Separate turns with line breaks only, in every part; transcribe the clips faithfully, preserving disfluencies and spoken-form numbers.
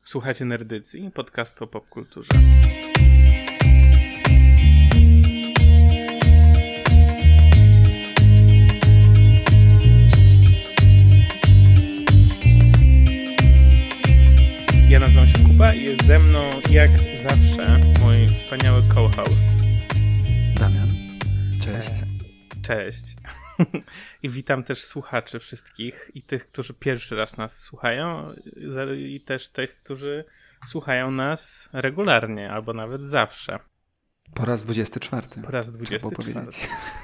Słuchajcie Nerdycji, podcastu o popkulturze. Ja nazywam się Kuba i jest ze mną, jak zawsze, mój wspaniały co-host
Damian. Cześć.
Cześć. I witam też słuchaczy wszystkich i tych, którzy pierwszy raz nas słuchają i też tych, którzy słuchają nas regularnie albo nawet zawsze.
Po raz dwudziesty czwarty.
Po raz dwudziesty czwarty.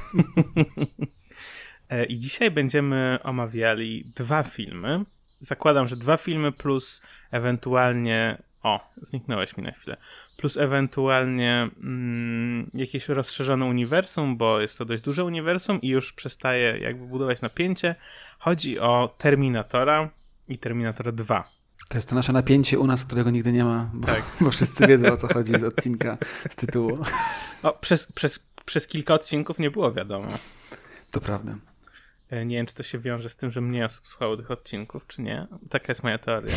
I dzisiaj będziemy omawiali dwa filmy. Zakładam, że dwa filmy plus ewentualnie... O, zniknąłeś mi na chwilę. Plus ewentualnie mm, jakieś rozszerzone uniwersum, bo jest to dość duże uniwersum i już przestaje jakby budować napięcie. Chodzi o Terminatora i Terminator dwa.
To jest to nasze napięcie u nas, którego nigdy nie ma, bo,
tak.
bo wszyscy wiedzą, o co chodzi z odcinka, z tytułu.
O, przez, przez, przez kilka odcinków nie było wiadomo.
To prawda.
Nie wiem, czy to się wiąże z tym, że mniej osób słuchało tych odcinków, czy nie. Taka jest moja teoria.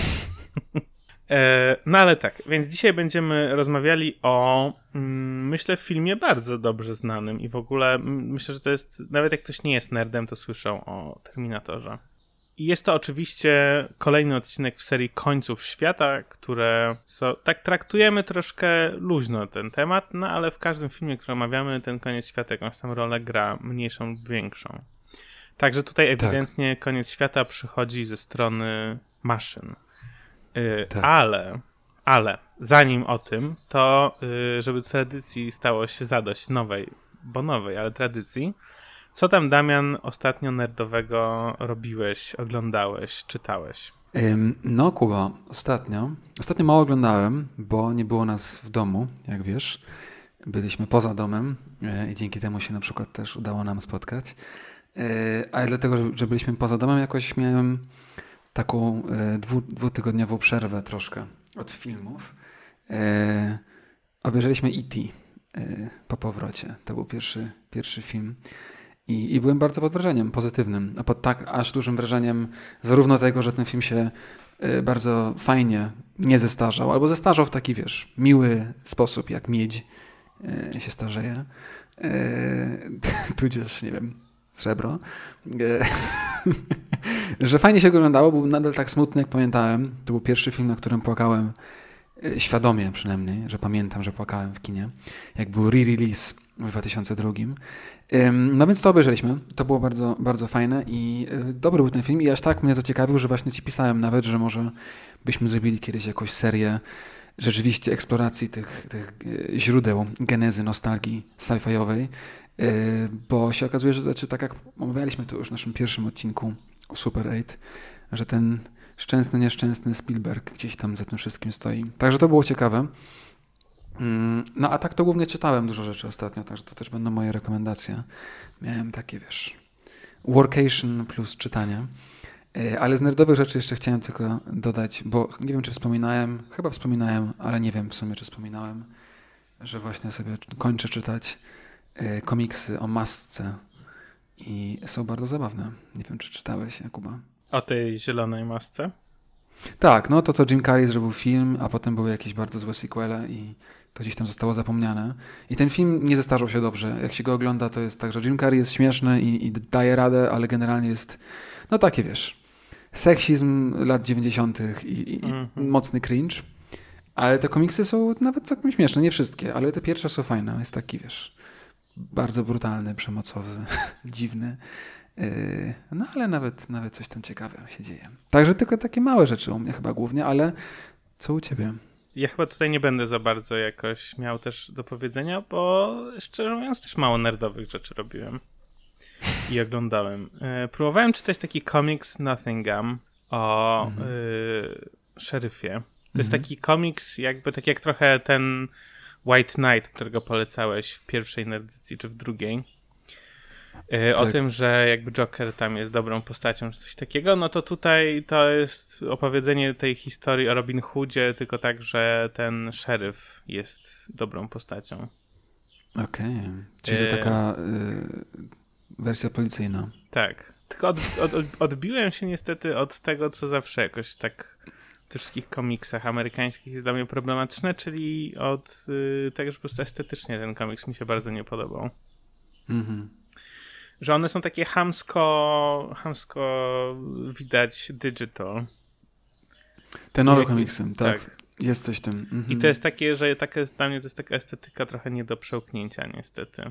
No ale tak, więc dzisiaj będziemy rozmawiali o, mm, myślę, filmie bardzo dobrze znanym i w ogóle mm, myślę, że to jest, nawet jak ktoś nie jest nerdem, to słyszał o Terminatorze. I jest to oczywiście kolejny odcinek w serii Końców Świata, które są, tak traktujemy troszkę luźno ten temat, no ale w każdym filmie, który omawiamy, ten koniec świata jakąś tam rolę gra, mniejszą lub większą. Także tutaj ewidentnie tak. Koniec świata przychodzi ze strony maszyn. Yy, tak. Ale, ale zanim o tym, to yy, żeby tradycji stało się zadość nowej, bo nowej, ale tradycji, co tam, Damian, ostatnio nerdowego robiłeś, oglądałeś, czytałeś?
Ym, no Kuba, ostatnio, ostatnio mało oglądałem, bo nie było nas w domu, jak wiesz, byliśmy poza domem yy, i dzięki temu się na przykład też udało nam spotkać, yy, ale dlatego, że byliśmy poza domem, jakoś miałem taką e, dwu, dwutygodniową przerwę troszkę od filmów. E, obejrzeliśmy E T e, po powrocie. To był pierwszy, pierwszy film. I, I byłem bardzo pod wrażeniem pozytywnym. A pod tak aż dużym wrażeniem zarówno tego, że ten film się e, bardzo fajnie nie zestarzał, albo zestarzał w taki, wiesz, miły sposób, jak miedź e, się starzeje. E, tudzież, nie wiem, srebro. Że fajnie się go oglądało, był nadal tak smutny, jak pamiętałem. To był pierwszy film, na którym płakałem, świadomie przynajmniej, że pamiętam, że płakałem w kinie, jak był re-release w dwa tysiące drugim. No więc to obejrzeliśmy. To było bardzo, bardzo fajne i dobry był ten film i aż tak mnie zaciekawił, że właśnie ci pisałem nawet, że może byśmy zrobili kiedyś jakąś serię rzeczywiście eksploracji tych, tych źródeł genezy nostalgii sci-fiowej, bo się okazuje, że znaczy, tak jak omawialiśmy to już w naszym pierwszym odcinku o Super osiem, że ten szczęsny, nieszczęsny Spielberg gdzieś tam za tym wszystkim stoi. Także to było ciekawe. No a tak to głównie czytałem dużo rzeczy ostatnio, także to też będą moje rekomendacje. Miałem takie, wiesz, workation plus czytanie. Ale z nerdowych rzeczy jeszcze chciałem tylko dodać, bo nie wiem, czy wspominałem, chyba wspominałem, ale nie wiem w sumie, czy wspominałem, że właśnie sobie kończę czytać komiksy o Masce i są bardzo zabawne. Nie wiem, czy czytałeś, Jakuba?
O tej zielonej masce?
Tak, no to co Jim Carrey zrobił film, a potem były jakieś bardzo złe sequele i to gdzieś tam zostało zapomniane. I ten film nie zestarzał się dobrze. Jak się go ogląda, to jest tak, że Jim Carrey jest śmieszny i, i daje radę, ale generalnie jest, no takie wiesz, seksizm lat dziewięćdziesiątych i, i mm-hmm. mocny cringe. Ale te komiksy są nawet całkiem śmieszne, nie wszystkie, ale te pierwsze są fajne. Jest taki, wiesz, bardzo brutalny, przemocowy, dziwny. Yy, no ale nawet, nawet coś tam ciekawego się dzieje. Także tylko takie małe rzeczy u mnie chyba głównie, ale co u ciebie?
Ja chyba tutaj nie będę za bardzo jakoś miał też do powiedzenia, bo szczerze mówiąc też mało nerdowych rzeczy robiłem i oglądałem. Yy, próbowałem czytać taki komiks Nottingham o mhm. yy, szeryfie. To mhm. jest taki komiks jakby tak jak trochę ten White Knight, którego polecałeś w pierwszej nerdycji czy w drugiej. Yy, o tak. tym, że jakby Joker tam jest dobrą postacią czy coś takiego, no to tutaj to jest opowiedzenie tej historii o Robin Hoodzie, tylko tak, że ten szeryf jest dobrą postacią.
Okej, okay. Czyli yy, taka yy, wersja policyjna.
Tak, tylko od, od, odbiłem się niestety od tego, co zawsze jakoś tak w tych wszystkich komiksach amerykańskich jest dla mnie problematyczne, czyli od y, tego, że po prostu estetycznie ten komiks mi się bardzo nie podobał.
Mhm.
Że one są takie chamsko, chamsko widać digital.
Te nowe
Jak,
komiksy, tak. tak. Jest coś w tym. Mhm.
I to jest takie, że takie, dla mnie to jest taka estetyka trochę nie do przełknięcia niestety.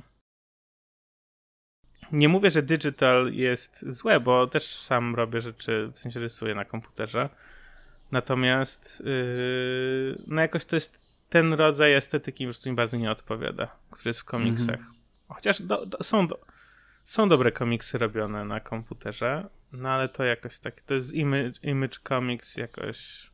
Nie mówię, że digital jest złe, bo też sam robię rzeczy, w sensie rysuję na komputerze. Natomiast yy, no jakoś to jest ten rodzaj estetyki, po prostu mi bardzo nie odpowiada, który jest w komiksach. Mhm. Chociaż do, do, są, do, są dobre komiksy robione na komputerze, no ale to jakoś tak, to jest image, image comics jakoś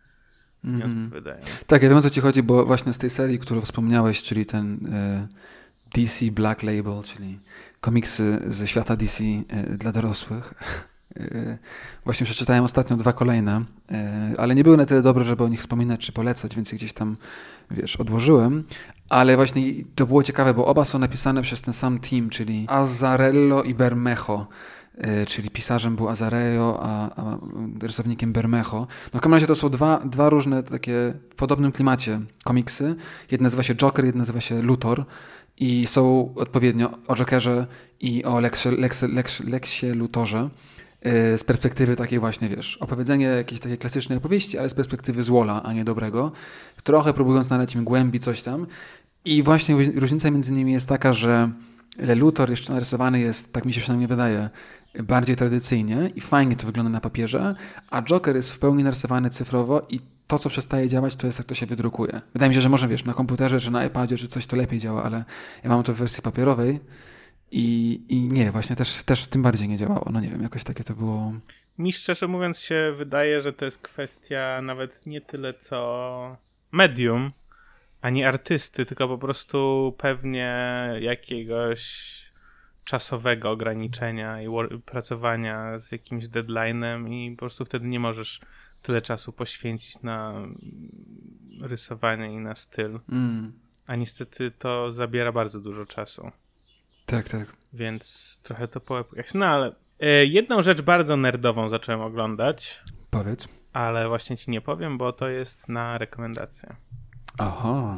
nie mm. odpowiadają.
Tak, ja wiem, o co ci chodzi, bo właśnie z tej serii, którą wspomniałeś, czyli ten y, D C Black Label, czyli komiksy ze świata D C y, dla dorosłych. y, właśnie przeczytałem ostatnio dwa kolejne, y, ale nie były na tyle dobre, żeby o nich wspominać czy polecać, więc je gdzieś tam, wiesz, odłożyłem. Ale właśnie to było ciekawe, bo oba są napisane przez ten sam team, czyli Azzarello i Bermejo. Czyli pisarzem był Azzarello, a, a rysownikiem Bermejo. No w każdym razie to są dwa, dwa różne takie w podobnym klimacie komiksy. Jeden nazywa się Joker, jeden nazywa się Luthor i są odpowiednio o Jokerze i o Lexie, Lexie, Lexie, Lexie Luthorze z perspektywy takiej właśnie, wiesz, opowiedzenie jakiejś takiej klasycznej opowieści, ale z perspektywy złola, a nie dobrego. Trochę próbując znaleźć im głębi coś tam. I właśnie różnica między nimi jest taka, że Luthor jeszcze narysowany jest, tak mi się przynajmniej wydaje, bardziej tradycyjnie i fajnie to wygląda na papierze, a Joker jest w pełni narysowany cyfrowo i to, co przestaje działać, to jest jak to się wydrukuje. Wydaje mi się, że może, wiesz, na komputerze czy na iPadzie, czy coś to lepiej działa, ale ja mam to w wersji papierowej i, i nie, właśnie też, też tym bardziej nie działało. No nie wiem, jakoś takie to było...
Mi szczerze mówiąc się wydaje, że to jest kwestia nawet nie tyle co medium, ani artysty, tylko po prostu pewnie jakiegoś czasowego ograniczenia i pracowania z jakimś deadline'em i po prostu wtedy nie możesz tyle czasu poświęcić na rysowanie i na styl. Mm. A niestety to zabiera bardzo dużo czasu.
Tak, tak.
Więc trochę to połapać. No ale e, jedną rzecz bardzo nerdową zacząłem oglądać.
Powiedz.
Ale właśnie ci nie powiem, bo to jest na rekomendację.
Aha.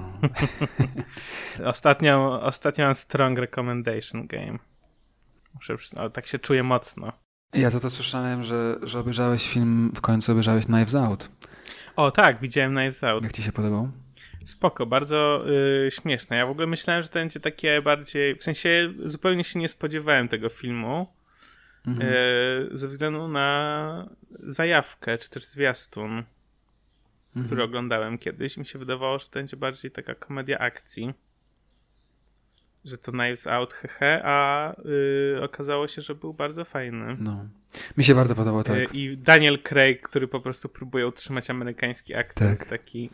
ostatnio, ostatnio mam strong recommendation game. Muszę, o, tak się czuję mocno.
Ja za to słyszałem, że, że obejrzałeś film, w końcu obejrzałeś Knives Out.
O tak, widziałem Knives Out.
Jak ci się podobał?
Spoko, bardzo y, śmieszne. Ja w ogóle myślałem, że to będzie takie bardziej, w sensie zupełnie się nie spodziewałem tego filmu mhm. y, ze względu na zajawkę, czy też zwiastun, mhm. który oglądałem kiedyś. Mi się wydawało, że to będzie bardziej taka komedia akcji. Że to Knives Out, hehe, a y, okazało się, że był bardzo fajny.
No. Mi się bardzo podobał, tak.
Y, I Daniel Craig, który po prostu próbuje utrzymać amerykański akcent
tak.
taki.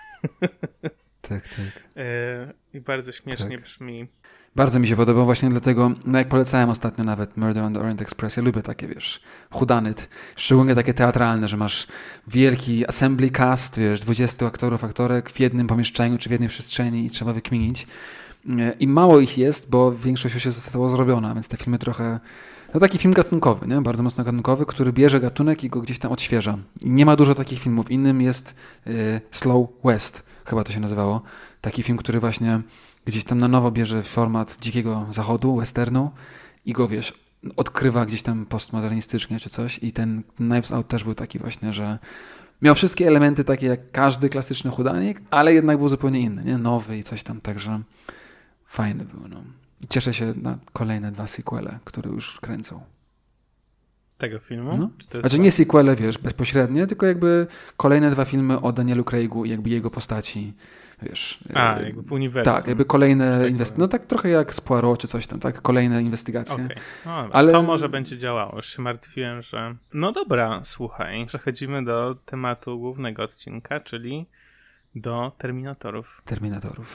tak, tak.
Y, I bardzo śmiesznie
tak.
brzmi.
Bardzo mi się podobał właśnie dlatego, no jak polecałem ostatnio nawet Murder on the Orient Express, ja lubię takie, wiesz, whodunit, szczególnie takie teatralne, że masz wielki assembly cast, wiesz, dwudziestu aktorów, aktorek w jednym pomieszczeniu czy w jednej przestrzeni i trzeba wykminić. I mało ich jest, bo większość już została zrobiona, więc te filmy trochę... No taki film gatunkowy, nie? Bardzo mocno gatunkowy, który bierze gatunek i go gdzieś tam odświeża. I nie ma dużo takich filmów. Innym jest y, Slow West, chyba to się nazywało. Taki film, który właśnie gdzieś tam na nowo bierze format dzikiego zachodu, westernu i go, wiesz, odkrywa gdzieś tam postmodernistycznie czy coś. I ten Knives Out też był taki właśnie, że miał wszystkie elementy takie jak każdy klasyczny chudanik, ale jednak był zupełnie inny, nie? Nowy i coś tam, także... Fajny był, no. I cieszę się na kolejne dwa sequele, które już kręcą.
Tego filmu?
No.
Czy to jest
znaczy nie sequele, wiesz, bezpośrednie, tylko jakby kolejne dwa filmy o Danielu Craigu i jakby jego postaci, wiesz.
A, e, jakby w uniwersum.
Tak, jakby kolejne inwestygacje. No tak trochę jak z Poirot czy coś tam, tak? Kolejne inwestygacje.
Okej, okay. No, ale... to może będzie działało. Już się martwiłem, że... No dobra, słuchaj, przechodzimy do tematu głównego odcinka, czyli do Terminatorów.
Terminatorów.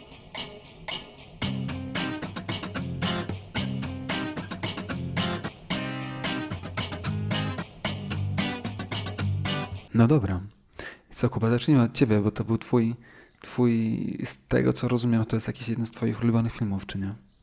No dobra. Co, Kuba, zacznijmy od ciebie, bo to był twój, twój, z tego co rozumiem, to jest jakiś jeden z twoich ulubionych filmów, czy nie?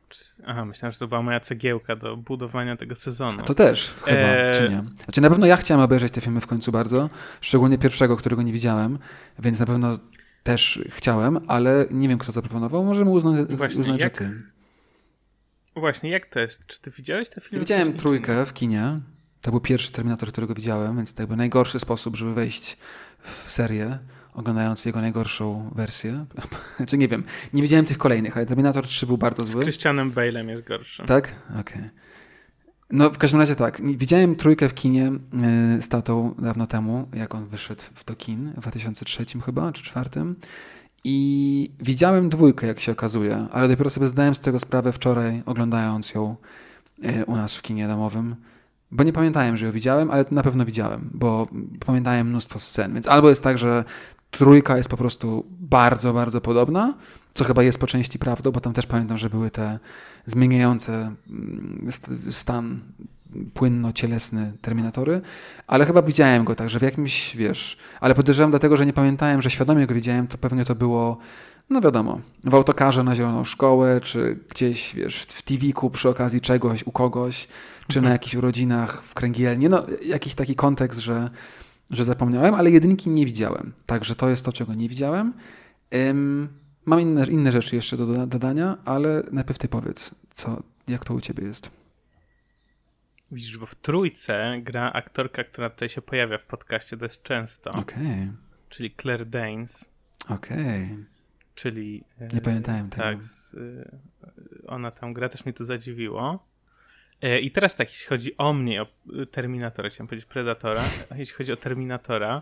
Aha, myślałem, że to była moja cegiełka do budowania tego sezonu.
A to też chyba, e... czy nie? Znaczy na pewno ja chciałem obejrzeć te filmy w końcu bardzo, szczególnie pierwszego, którego nie widziałem, więc na pewno też chciałem, ale nie wiem, kto zaproponował. Możemy uznać,
Właśnie,
uznać
jak...
że ty.
Właśnie, jak to jest? Czy ty widziałeś te filmy?
Widziałem trójkę w kinie. To był pierwszy Terminator, którego widziałem, więc to jakby najgorszy sposób, żeby wejść w serię, oglądając jego najgorszą wersję. Znaczy nie wiem, nie widziałem tych kolejnych, ale Terminator trzy był bardzo zły.
Z Christianem Bale'em jest gorszy.
Tak? Okej. Okay. No w każdym razie tak, widziałem trójkę w kinie yy, z tatą dawno temu, jak on wyszedł do kin, w dwa tysiące trzecim chyba, czy czwartym. I widziałem dwójkę, jak się okazuje, ale dopiero sobie zdałem z tego sprawę wczoraj, oglądając ją yy, u nas w kinie domowym. Bo nie pamiętałem, że ją widziałem, ale na pewno widziałem, bo pamiętałem mnóstwo scen. Więc albo jest tak, że trójka jest po prostu bardzo, bardzo podobna, co chyba jest po części prawdą, bo tam też pamiętam, że były te zmieniające stan płynno-cielesny Terminatory, ale chyba widziałem go tak, że w jakimś, wiesz, ale podejrzewam dlatego, że nie pamiętałem, że świadomie go widziałem, to pewnie to było, no wiadomo, w autokarze na Zieloną Szkołę, czy gdzieś, wiesz, w T V-ku przy okazji czegoś, u kogoś, czy na jakichś urodzinach w Kręgielnie, no jakiś taki kontekst, że, że zapomniałem, ale jedynki nie widziałem, także to jest to, czego nie widziałem. Ym, mam inne, inne rzeczy jeszcze do doda- dodania, ale najpierw ty powiedz, co, jak to u ciebie jest.
Widzisz, bo w trójce gra aktorka, która tutaj się pojawia w podcaście dość często.
Okej. Okay.
Czyli Claire Danes.
Okej. Okay.
Czyli...
Nie pamiętałem tego.
Tak, z, ona tam gra, też mnie to zadziwiło. I teraz tak, jeśli chodzi o mnie, o Terminatora, chciałem powiedzieć Predatora, a jeśli chodzi o Terminatora,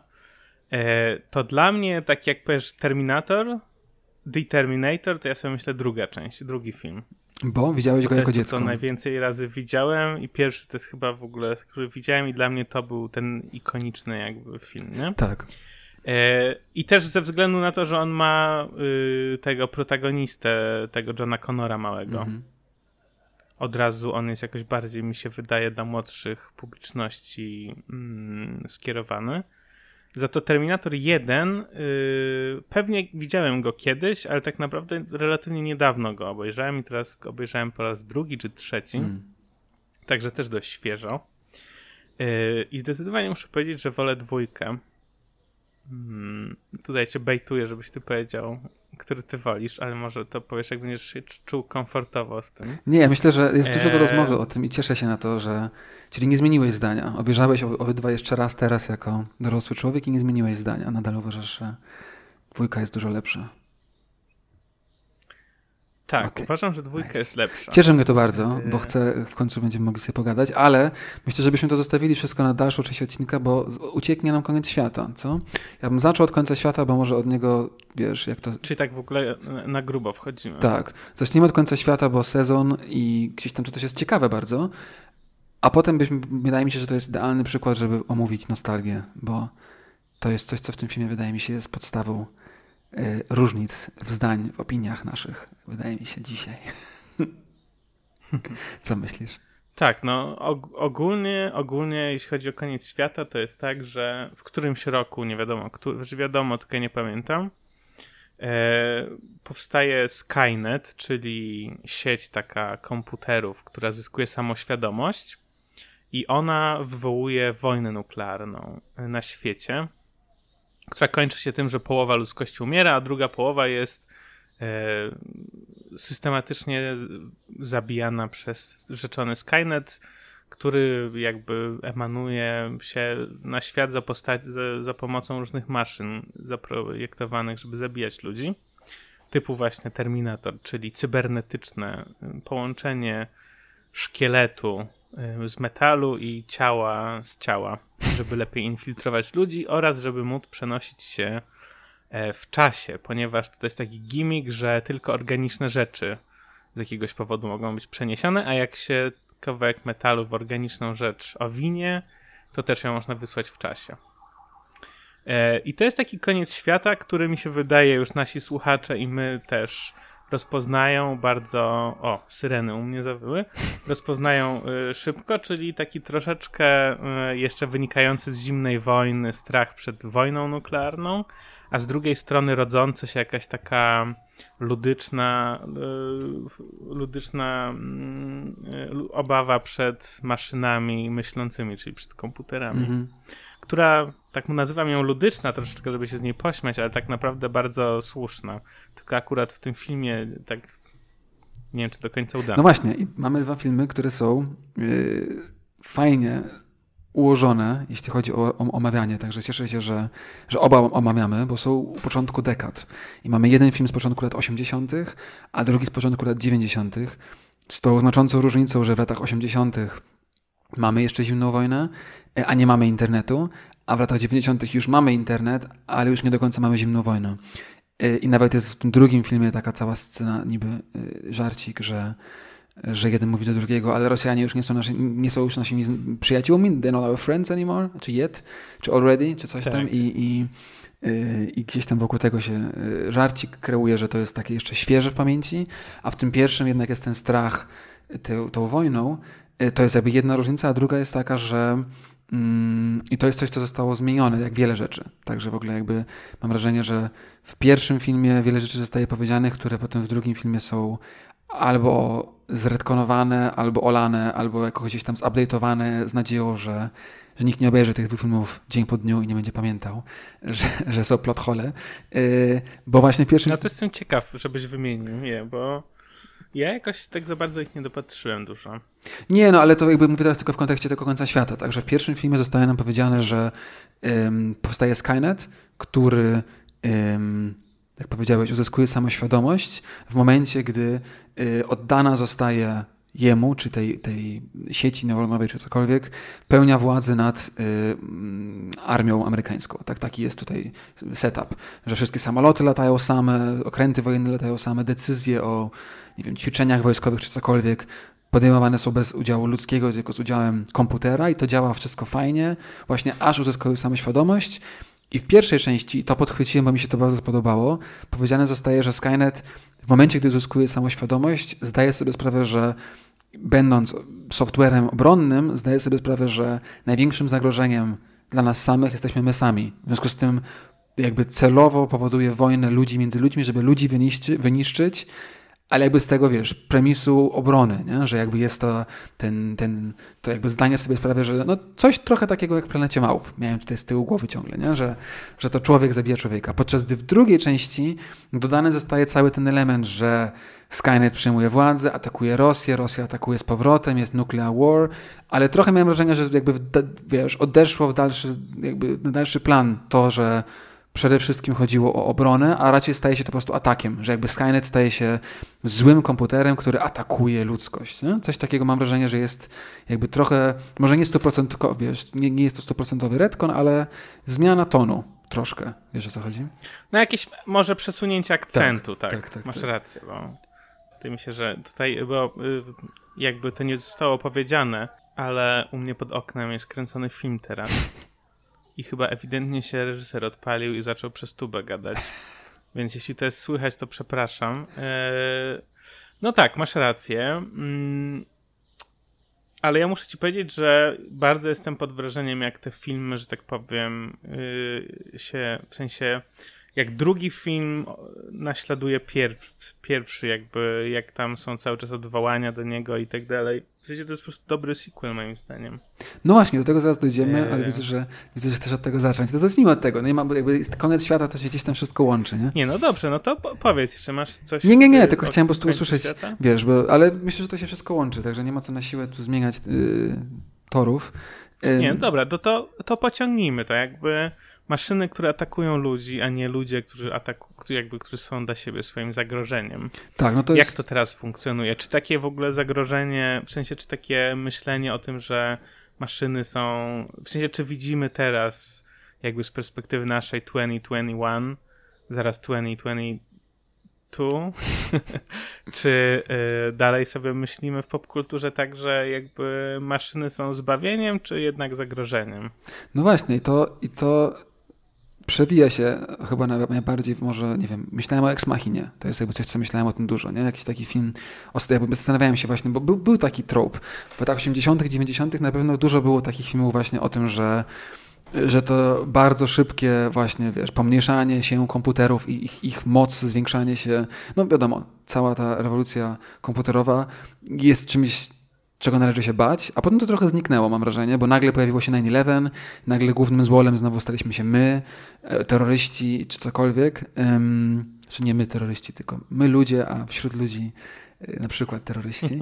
to dla mnie, tak jak powiesz Terminator, The Terminator, to ja sobie myślę druga część, drugi film.
Bo widziałeś
Bo
go
to
jako
jest to,
dziecko.
co najwięcej razy widziałem i pierwszy to jest chyba w ogóle, który widziałem i dla mnie to był ten ikoniczny jakby film, nie?
Tak.
E, I też ze względu na to, że on ma y, tego protagonistę, tego Johna Connora małego. Mhm. Od razu on jest jakoś bardziej, mi się wydaje, dla młodszych publiczności mm, skierowany. Za to Terminator jeden, yy, pewnie widziałem go kiedyś, ale tak naprawdę relatywnie niedawno go obejrzałem i teraz go obejrzałem po raz drugi czy trzeci. Mm. Także też dość świeżo. Yy, I zdecydowanie muszę powiedzieć, że wolę dwójkę. Hmm, tutaj cię bejtuję, żebyś ty powiedział, który ty wolisz, ale może to powiesz, jak będziesz się czuł komfortowo z tym.
Nie, myślę, że jest dużo do rozmowy o tym i cieszę się na to, że... Czyli nie zmieniłeś zdania. Obejrzałeś obydwa jeszcze raz teraz jako dorosły człowiek i nie zmieniłeś zdania. Nadal uważasz, że dwójka jest dużo lepsza.
Tak, okay. Uważam, że dwójka nice. Jest lepsza.
Cieszy mnie to bardzo, bo chcę, w końcu będziemy mogli sobie pogadać, ale myślę, żebyśmy to zostawili wszystko na dalszą część odcinka, bo ucieknie nam koniec świata, co? Ja bym zaczął od końca świata, bo może od niego, wiesz, jak to...
Czyli tak w ogóle na grubo wchodzimy.
Tak. Zaczniemy od końca świata, bo sezon i gdzieś tam to też jest ciekawe bardzo, a potem byśmy, wydaje mi się, że to jest idealny przykład, żeby omówić nostalgię, bo to jest coś, co w tym filmie, wydaje mi się, jest podstawą y, różnic w zdań, w opiniach naszych, wydaje mi się dzisiaj. Co myślisz?
Tak, no og- ogólnie, ogólnie jeśli chodzi o koniec świata, to jest tak, że w którymś roku, nie wiadomo, który, że wiadomo, tylko nie pamiętam, e, powstaje Skynet, czyli sieć taka komputerów, która zyskuje samoświadomość i ona wywołuje wojnę nuklearną na świecie, która kończy się tym, że połowa ludzkości umiera, a druga połowa jest systematycznie zabijana przez rzeczony Skynet, który jakby emanuje się na świat za, posta- za, za pomocą różnych maszyn zaprojektowanych, żeby zabijać ludzi. Typu właśnie Terminator, czyli cybernetyczne połączenie szkieletu z metalu i ciała z ciała, żeby lepiej infiltrować ludzi oraz żeby móc przenosić się w czasie, ponieważ to jest taki gimmick, że tylko organiczne rzeczy z jakiegoś powodu mogą być przeniesione, a jak się kawałek metalu w organiczną rzecz owinie, to też ją można wysłać w czasie. I to jest taki koniec świata, który mi się wydaje, już nasi słuchacze i my też rozpoznają bardzo... O, syreny u mnie zawyły. Rozpoznają y, szybko, czyli taki troszeczkę y, jeszcze wynikający z zimnej wojny strach przed wojną nuklearną, a z drugiej strony rodząca się jakaś taka ludyczna, ludyczna obawa przed maszynami myślącymi, czyli przed komputerami, mm-hmm. która, tak mu nazywam ją ludyczna troszeczkę, żeby się z niej pośmiać, ale tak naprawdę bardzo słuszna. Tylko akurat w tym filmie tak nie wiem, czy do końca udane.
No właśnie, i mamy dwa filmy, które są yy, fajnie ułożone, jeśli chodzi o, o omawianie, także cieszę się, że, że oba omawiamy, bo są u początku dekad. I mamy jeden film z początku lat osiemdziesiątych, a drugi z początku lat dziewięćdziesiątych. Z tą znaczącą różnicą, że w latach osiemdziesiątych mamy jeszcze zimną wojnę, a nie mamy internetu, a w latach dziewięćdziesiątych już mamy internet, ale już nie do końca mamy zimną wojnę. I nawet jest w tym drugim filmie taka cała scena, niby żarcik, że że jeden mówi do drugiego, ale Rosjanie już nie są, naszy, nie są już naszymi przyjaciółmi, they're not our friends anymore, czy yet, czy already, czy coś tak. tam i, i, yy, i gdzieś tam wokół tego się yy, żarcik kreuje, że to jest takie jeszcze świeże w pamięci, a w tym pierwszym jednak jest ten strach ty, tą wojną. Yy, to jest jakby jedna różnica, a druga jest taka, że yy, i to jest coś, co zostało zmienione, jak wiele rzeczy. Także w ogóle jakby mam wrażenie, że w pierwszym filmie wiele rzeczy zostaje powiedzianych, które potem w drugim filmie są albo zretkonowane, albo olane, albo jakoś gdzieś tam zupdate'owane z nadzieją, że, że nikt nie obejrzy tych dwóch filmów dzień po dniu i nie będzie pamiętał, że, że są plot hole. Yy, bo właśnie pierwszy...
No to jestem ciekaw, żebyś wymienił je, bo ja jakoś tak za bardzo ich nie dopatrzyłem dużo.
Nie, no ale to jakby mówię teraz tylko w kontekście tego końca świata. Także w pierwszym filmie zostaje nam powiedziane, że ym, powstaje Skynet, który... Ym, jak powiedziałeś, uzyskuje samoświadomość w momencie, gdy y, oddana zostaje jemu, czy tej, tej sieci neuronowej, czy cokolwiek, pełnia władzy nad y, armią amerykańską. Tak, taki jest tutaj setup, że wszystkie samoloty latają same, okręty wojenne latają same, decyzje o nie wiem, ćwiczeniach wojskowych, czy cokolwiek podejmowane są bez udziału ludzkiego, tylko z udziałem komputera i to działa wszystko fajnie, właśnie aż uzyskają samoświadomość. I w pierwszej części, to podchwyciłem, bo mi się to bardzo spodobało, powiedziane zostaje, że Skynet w momencie, gdy uzyskuje samoświadomość, zdaje sobie sprawę, że będąc softwarem obronnym, zdaje sobie sprawę, że największym zagrożeniem dla nas samych jesteśmy my sami. W związku z tym jakby celowo powoduje wojnę ludzi między ludźmi, żeby ludzi wyniszczy, wyniszczyć, ale jakby z tego, wiesz, premisu obrony, nie? Że jakby jest to ten, ten, to jakby zdanie sobie sprawy, że no coś trochę takiego jak w Planecie Małp. Miałem tutaj z tyłu głowy ciągle, nie? Że, że to człowiek zabija człowieka. Podczas gdy w drugiej części dodany zostaje cały ten element, że Skynet przejmuje władzę, atakuje Rosję, Rosja atakuje z powrotem, jest nuclear war, ale trochę miałem wrażenie, że jakby, wiesz, odeszło w dalszy, jakby na dalszy plan to, że przede wszystkim chodziło o obronę, a raczej staje się to po prostu atakiem, że jakby Skynet staje się złym komputerem, który atakuje ludzkość. Nie? Coś takiego mam wrażenie, że jest jakby trochę, może nie sto procent, wiesz, nie, nie jest to stuprocentowy retcon, ale zmiana tonu troszkę. Wiesz, o co chodzi?
No jakieś może przesunięcie akcentu, tak.
tak, tak, tak
Masz
tak.
rację, bo wydaje mi się, że tutaj bo, jakby to nie zostało powiedziane, ale u mnie pod oknem jest kręcony film teraz. I chyba ewidentnie się reżyser odpalił i zaczął przez tubę gadać. Więc jeśli to jest słychać, to przepraszam. Eee, no tak, masz rację. Mm, ale ja muszę ci powiedzieć, że bardzo jestem pod wrażeniem, jak te filmy, że tak powiem, yy, się, w sensie, jak drugi film naśladuje pierw, pierwszy, jakby, jak tam są cały czas odwołania do niego i tak dalej. W sensie to jest po prostu dobry sequel, moim zdaniem.
No właśnie, do tego zaraz dojdziemy,
nie,
ale widzę, że widzę, że chcesz od tego zacząć. To zacznijmy od tego. No nie ma, bo jakby jest koniec świata, to się gdzieś tam wszystko łączy, nie?
Nie, no dobrze, no to po- powiedz jeszcze, masz coś...
Nie, nie, nie, tylko chciałem po prostu usłyszeć,
świata?
wiesz, bo, ale myślę, że to się wszystko łączy, także nie ma co na siłę tu zmieniać yy, torów. Yy,
Nie, no dobra, to, to, to pociągnijmy to, jakby maszyny, które atakują ludzi, a nie ludzie, którzy atakują, jakby, którzy są dla siebie swoim zagrożeniem.
Tak, no to
Jak
jest...
to teraz funkcjonuje? Czy takie w ogóle zagrożenie, w sensie, czy takie myślenie o tym, że maszyny są, w sensie, czy widzimy teraz jakby z perspektywy naszej dwutysięcznej dwudziestej pierwszej, zaraz dwutysięcznej dwudziestej drugiej, czy y, dalej sobie myślimy w popkulturze tak, że jakby maszyny są zbawieniem, czy jednak zagrożeniem?
No właśnie, i to, i to przewija się chyba najbardziej, może, nie wiem, myślałem o Ex Machinie. To jest jakby coś, co myślałem o tym dużo, nie? Jakiś taki film, jakby zastanawiałem się właśnie, bo był, był taki trope. W latach osiemdziesiątych, dziewięćdziesiątych na pewno dużo było takich filmów właśnie o tym, że że to bardzo szybkie właśnie, wiesz, pomniejszanie się komputerów i ich, ich moc, zwiększanie się, no wiadomo, cała ta rewolucja komputerowa jest czymś, czego należy się bać, a potem to trochę zniknęło, mam wrażenie, bo nagle pojawiło się nine eleven, nagle głównym złolem znowu staliśmy się my, terroryści czy cokolwiek, um, czy nie my terroryści, tylko my ludzie, a wśród ludzi na przykład terroryści.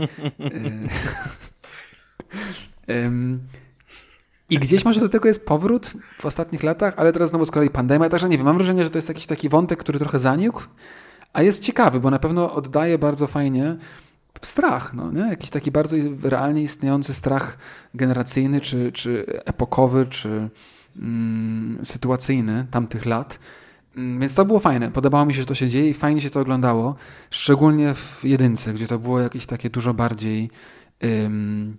um, I gdzieś może do tego jest powrót w ostatnich latach, ale teraz znowu z kolei pandemia, także nie wiem, mam wrażenie, że to jest jakiś taki wątek, który trochę zanikł, a jest ciekawy, bo na pewno oddaje bardzo fajnie strach, no, nie? Jakiś taki bardzo realnie istniejący strach generacyjny, czy, czy epokowy, czy mm, sytuacyjny tamtych lat. Więc to było fajne. Podobało mi się, że to się dzieje i fajnie się to oglądało. Szczególnie w jedynce, gdzie to było jakieś takie dużo bardziej ym,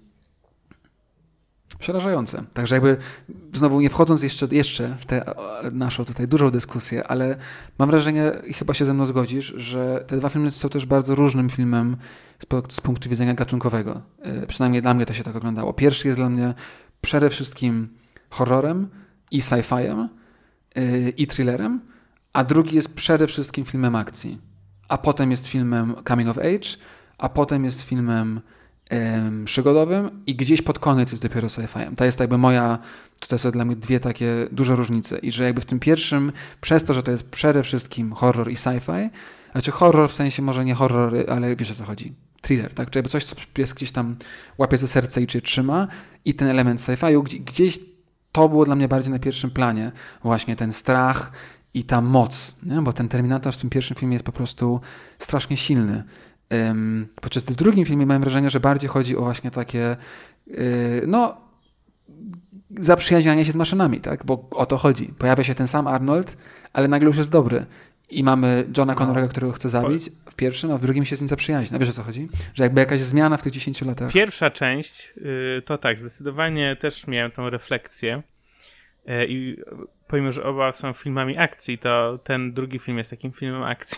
przerażające. Także jakby znowu nie wchodząc jeszcze, jeszcze w tę naszą tutaj dużą dyskusję, ale mam wrażenie, i chyba się ze mną zgodzisz, że te dwa filmy są też bardzo różnym filmem z, z punktu widzenia gatunkowego. Yy, przynajmniej dla mnie to się tak oglądało. Pierwszy jest dla mnie przede wszystkim horrorem i sci-fiem yy, i thrillerem, a drugi jest przede wszystkim filmem akcji. A potem jest filmem coming of age, a potem jest filmem ym, przygodowym i gdzieś pod koniec jest dopiero sci-fiem. To jest jakby moja, tutaj są dla mnie dwie takie duże różnice. I że jakby w tym pierwszym, przez to, że to jest przede wszystkim horror i sci-fi, znaczy horror w sensie może nie horror, ale wiesz o co chodzi, thriller, tak? Czy jakby coś, co jest gdzieś tam, łapie za serce i cię trzyma i ten element sci-fiu, gdzieś to było dla mnie bardziej na pierwszym planie. Właśnie ten strach i ta moc, nie? Bo ten Terminator w tym pierwszym filmie jest po prostu strasznie silny. Um, podczas w drugim filmie mam wrażenie, że bardziej chodzi o właśnie takie yy, no zaprzyjaźnianie się z maszynami, tak? Bo o to chodzi. Pojawia się ten sam Arnold, ale nagle już jest dobry. I mamy Johna Connor'a, którego chce zabić w pierwszym, a w drugim się z nim zaprzyjaźni. Wiesz o co chodzi? Że jakby jakaś zmiana w tych dziesięciu latach.
Pierwsza część, yy, to tak, zdecydowanie też miałem tą refleksję. Yy, I pomimo, że oba są filmami akcji, to ten drugi film jest takim filmem akcji.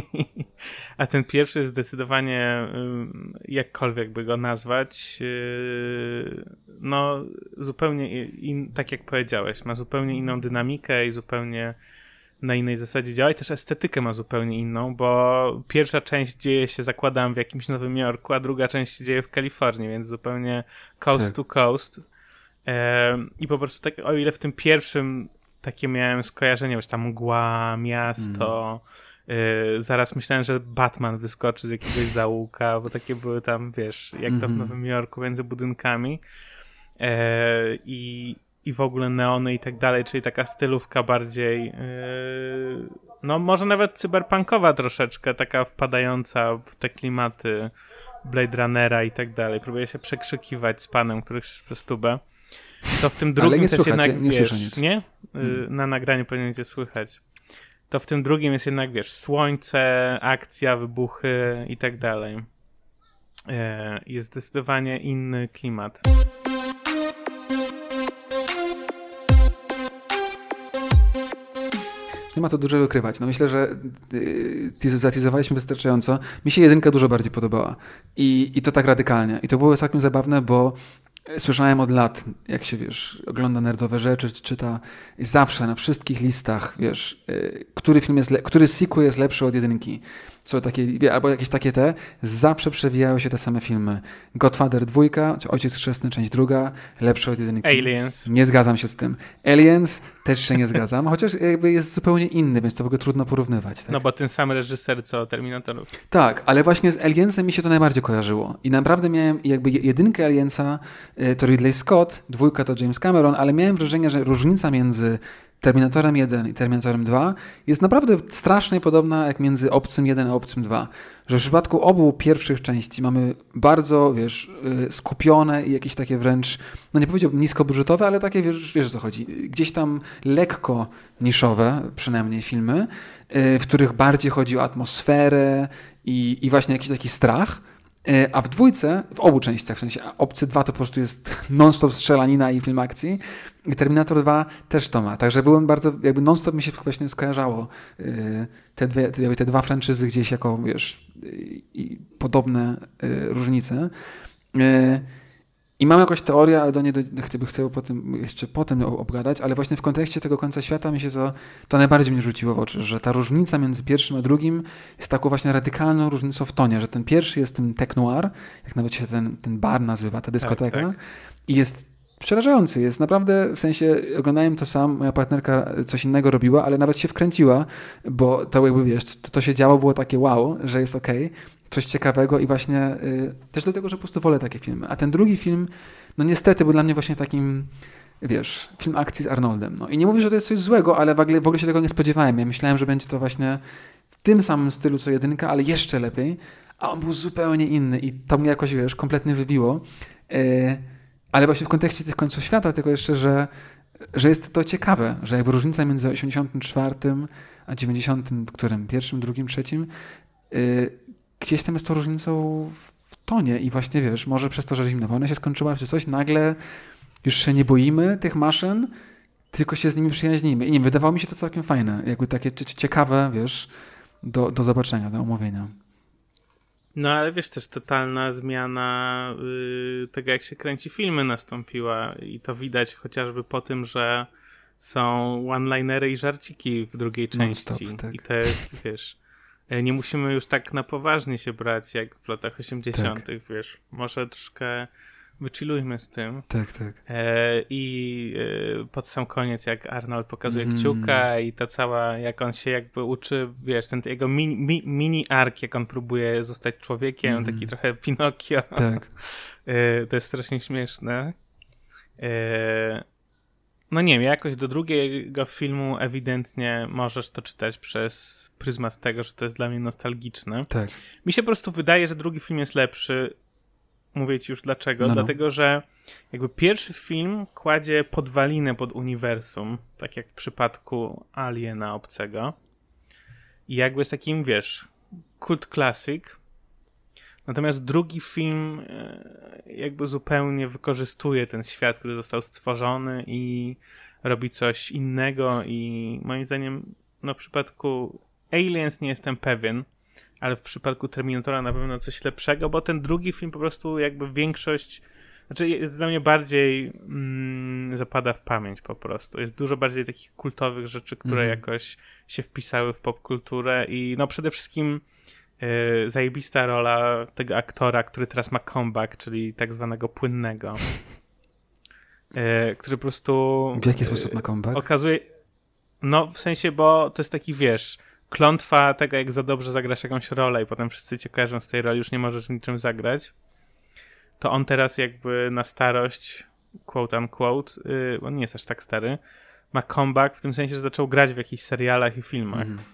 A ten pierwszy jest zdecydowanie, jakkolwiek by go nazwać, no zupełnie, in, tak jak powiedziałeś, ma zupełnie inną dynamikę i zupełnie na innej zasadzie działa i też estetykę ma zupełnie inną, bo pierwsza część dzieje się, zakładam, w jakimś Nowym Jorku, a druga część się dzieje w Kalifornii, więc zupełnie coast tak. to coast. I po prostu tak, o ile w tym pierwszym takie miałem skojarzenie, już tam mgła, miasto, mm. Yy, zaraz myślałem, że Batman wyskoczy z jakiegoś zaułka, bo takie były tam, wiesz, jak mm-hmm. to w Nowym Jorku między budynkami yy, i, i w ogóle neony i tak dalej, czyli taka stylówka bardziej yy, no może nawet cyberpunkowa troszeczkę, taka wpadająca w te klimaty Blade Runnera i tak dalej. Próbuję się przekrzykiwać z panem, który krzyczy przez tubę. To w tym drugim
nie
też
słychać,
jednak,
nie, nie
wiesz, nie? Yy,
mm.
Na nagraniu powinien cię słychać. To w tym drugim jest jednak, wiesz, słońce, akcja, wybuchy i tak dalej. Jest zdecydowanie inny klimat.
Nie ma co dużo wykrywać. No myślę, że zatizowaliśmy wystarczająco. Mi się jedynka dużo bardziej podobała. I, i to tak radykalnie. I to było całkiem zabawne, bo słyszałem od lat, jak się, wiesz, ogląda nerdowe rzeczy, czyta zawsze na wszystkich listach, wiesz, yy, który film jest, le- który sequel jest lepszy od jedynki. Co takie, albo jakieś takie te, zawsze przewijają się te same filmy. Godfather dwójka, czy Ojciec Chrzestny, część druga, lepszy od jedynki.
Aliens.
Nie zgadzam się z tym. Aliens też się nie zgadzam, chociaż jakby jest zupełnie inny, więc to w ogóle trudno porównywać. Tak?
No bo ten sam reżyser co Terminatorów.
Tak, ale właśnie z Aliensem mi się to najbardziej kojarzyło. I naprawdę miałem jakby jedynkę Aliensa to Ridley Scott, dwójka to James Cameron, ale miałem wrażenie, że różnica między Terminatorem jeden i Terminatorem dwa jest naprawdę strasznie podobna jak między Obcym jeden a Obcym dwa. Że w przypadku obu pierwszych części mamy bardzo, wiesz, skupione i jakieś takie wręcz, no nie powiedziałbym niskobudżetowe, ale takie, wiesz, wiesz o co chodzi, gdzieś tam lekko niszowe, przynajmniej filmy, w których bardziej chodzi o atmosferę i, i właśnie jakiś taki strach. A w dwójce, w obu częściach, w sensie Obcy dwa to po prostu jest non-stop strzelanina i film akcji i Terminator dwa też to ma. Także byłem bardzo, jakby non-stop mi się właśnie skojarzało te, dwie, te, te dwa franczyzy gdzieś jako, wiesz, i podobne różnice. I mam jakąś teorię, ale do niej do, chcę, chcę potem, jeszcze potem obgadać, ale właśnie w kontekście tego końca świata mi się to, to najbardziej mnie rzuciło w oczy, że ta różnica między pierwszym a drugim jest taką właśnie radykalną różnicą w tonie, że ten pierwszy jest tym tech-noir, jak nawet się ten, ten bar nazywa, ta dyskoteka, tak, tak. i jest przerażający, jest naprawdę, w sensie oglądałem to sam, moja partnerka coś innego robiła, ale nawet się wkręciła, bo to jakby wiesz, to, to się działo, było takie wow, że jest okej. Okay. Coś ciekawego i właśnie y, też do tego, że po prostu wolę takie filmy. A ten drugi film, no niestety był dla mnie właśnie takim, wiesz, film akcji z Arnoldem. No i nie mówię, że to jest coś złego, ale w ogóle, w ogóle się tego nie spodziewałem. Ja myślałem, że będzie to właśnie w tym samym stylu co jedynka, ale jeszcze lepiej, a on był zupełnie inny i to mnie jakoś, wiesz, kompletnie wybiło. Y, ale właśnie w kontekście tych końców świata, tylko jeszcze, że, że jest to ciekawe, że jakby różnica między osiemdziesiątym czwartym a dziewięćdziesiątym, którym? Pierwszym, drugim, trzecim, y, gdzieś tam jest to różnicą w tonie i właśnie wiesz, może przez to, że zimna wojna się skończyła, czy coś, nagle już się nie boimy tych maszyn, tylko się z nimi przyjaźnimy. I nie, wydawało mi się to całkiem fajne, jakby takie ciekawe, wiesz, do, do zobaczenia, do omówienia.
No ale wiesz, też totalna zmiana yy, tego, jak się kręci filmy nastąpiła i to widać chociażby po tym, że są one-linery i żarciki w drugiej części.
Non-stop, tak.
I to jest, wiesz... Nie musimy już tak na poważnie się brać, jak w latach osiemdziesiątych, tak. Wiesz, może troszkę wychillujmy z tym.
Tak, tak.
E, I e, pod sam koniec, jak Arnold pokazuje mm. kciuka i to cała, jak on się jakby uczy, wiesz, ten jego mini, mi, mini ark, jak on próbuje zostać człowiekiem, mm. taki trochę Pinokio.
Tak.
E, to jest strasznie śmieszne. E, No nie wiem, jakoś do drugiego filmu ewidentnie możesz to czytać przez pryzmat tego, że to jest dla mnie nostalgiczne.
Tak.
Mi się po prostu wydaje, że drugi film jest lepszy. Mówię ci już dlaczego.
No, no.
Dlatego, że jakby pierwszy film kładzie podwalinę pod uniwersum, tak jak w przypadku Aliena Obcego. I jakby jest takim, wiesz, kult klasyk. Natomiast drugi film jakby zupełnie wykorzystuje ten świat, który został stworzony i robi coś innego i moim zdaniem no w przypadku Aliens nie jestem pewien, ale w przypadku Terminatora na pewno coś lepszego, bo ten drugi film po prostu jakby większość, znaczy jest dla mnie bardziej mm, zapada w pamięć po prostu. Jest dużo bardziej takich kultowych rzeczy, które mm. jakoś się wpisały w popkulturę i no przede wszystkim Yy, zajebista rola tego aktora, który teraz ma comeback, czyli tak zwanego płynnego. Yy, który po prostu...
W jaki yy, sposób ma comeback?
Okazuje... No, w sensie, bo to jest taki, wiesz, klątwa tego, jak za dobrze zagrasz jakąś rolę i potem wszyscy cię kojarzą z tej roli, już nie możesz niczym zagrać. To on teraz jakby na starość, quote unquote, yy, on nie jest aż tak stary, ma comeback w tym sensie, że zaczął grać w jakichś serialach i filmach. Mm.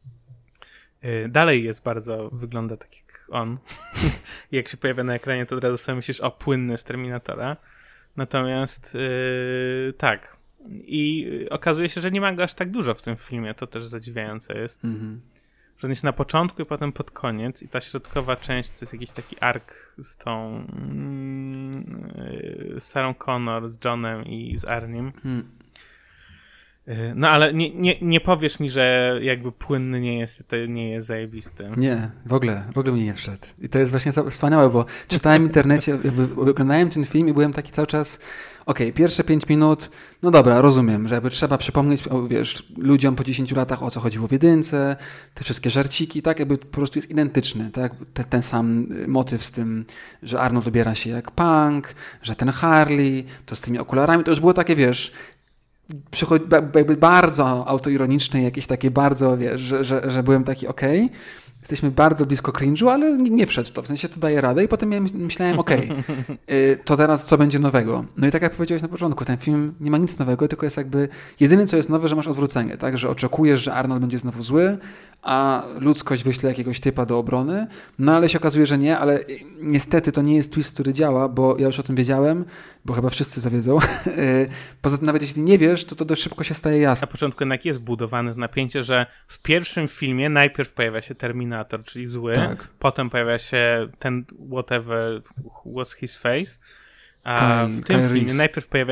Dalej jest bardzo, wygląda tak jak on. Jak się pojawia na ekranie, to od razu sobie myślisz, o, płynny z Terminatora. Natomiast yy, tak. I okazuje się, że nie ma go aż tak dużo w tym filmie. To też zadziwiające jest. Mm-hmm. Że on jest na początku i potem pod koniec. I ta środkowa część to jest jakiś taki ark z tą yy, z Sarah Connor, z Johnem i z Arnim. Mm. No ale nie, nie, nie powiesz mi, że jakby płynny nie jest, to nie jest zajebisty.
Nie, w ogóle, w ogóle mi nie wszedł. I to jest właśnie wspaniałe, bo czytałem w internecie, jakby oglądałem ten film i byłem taki cały czas, okej, okay, pierwsze pięć minut, no dobra, rozumiem, że jakby trzeba przypomnieć, wiesz, ludziom po dziesięciu latach, o co chodziło w jedynce, te wszystkie żarciki, tak, jakby po prostu jest identyczny, tak, ten, ten sam motyw z tym, że Arnold ubiera się jak punk, że ten Harley, to z tymi okularami, to już było takie, wiesz, przychodzi, jakby bardzo autoironiczne, jakieś takie bardzo, wiesz, że, że, że byłem taki okej, okay, jesteśmy bardzo blisko cringe'u, ale nie wszedł to, w sensie to daje radę i potem ja myślałem, okej, okay, to teraz co będzie nowego? No i tak jak powiedziałeś na początku, ten film nie ma nic nowego, tylko jest jakby, jedyne co jest nowe, że masz odwrócenie, tak, że oczekujesz, że Arnold będzie znowu zły, a ludzkość wyśle jakiegoś typa do obrony, no ale się okazuje, że nie, ale niestety to nie jest twist, który działa, bo ja już o tym wiedziałem, bo chyba wszyscy to wiedzą. Poza tym nawet jeśli nie wiesz, to to dość szybko się staje jasne.
Na początku jednak jest budowane napięcie, że w pierwszym filmie najpierw pojawia się Terminator, czyli zły, tak. Potem pojawia się ten whatever was his face, a Kyle, w tym Kyle filmie Reese. najpierw pojawia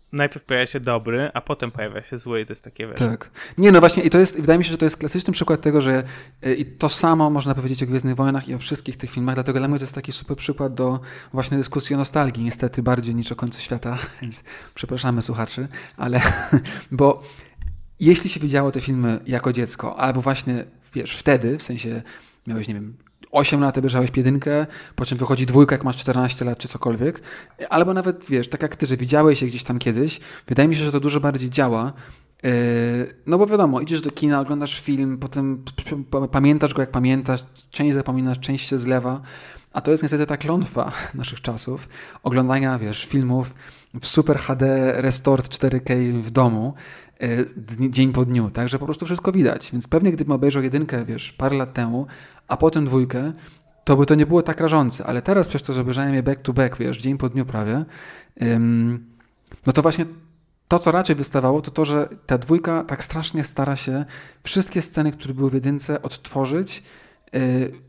najpierw pojawia się dobry, a potem pojawia się zły i to jest takie, wiesz...
Tak. Nie, no właśnie i to jest, wydaje mi się, że to jest klasyczny przykład tego, że y, i to samo można powiedzieć o Gwiezdnych Wojnach i o wszystkich tych filmach, dlatego dla mnie to jest taki super przykład do właśnie dyskusji o nostalgii, niestety bardziej niż o końcu świata, więc przepraszamy słuchaczy, ale bo jeśli się widziało te filmy jako dziecko, albo właśnie, wiesz, wtedy, w sensie miałeś, nie wiem, osiem lat obejrzałeś jedynkę, po czym wychodzi dwójka, jak masz czternaście lat, czy cokolwiek. Albo nawet, wiesz, tak jak ty, że widziałeś je gdzieś tam kiedyś. Wydaje mi się, że to dużo bardziej działa. Yy, no bo wiadomo, idziesz do kina, oglądasz film, potem pamiętasz go jak pamiętasz, część zapominasz, część się zlewa. A to jest niestety ta klątwa naszych czasów. Oglądania, wiesz, filmów w Super H D Restored cztery K w domu, yy, dzień po dniu. Także po prostu wszystko widać. Więc pewnie gdybym obejrzał jedynkę, wiesz, parę lat temu, a potem dwójkę, to by to nie było tak rażące. Ale teraz przez to, że obejrzałem je back to back, wiesz, dzień po dniu prawie, ym, no to właśnie to, co raczej wystawało, to to, że ta dwójka tak strasznie stara się wszystkie sceny, które były w jedynce, odtworzyć yy,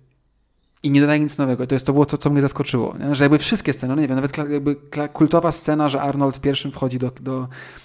i nie dodaje nic nowego. To jest to było to, co mnie zaskoczyło. Nie? Że jakby wszystkie sceny, no nie wiem, nawet jakby kultowa scena, że Arnold w pierwszym wchodzi do... do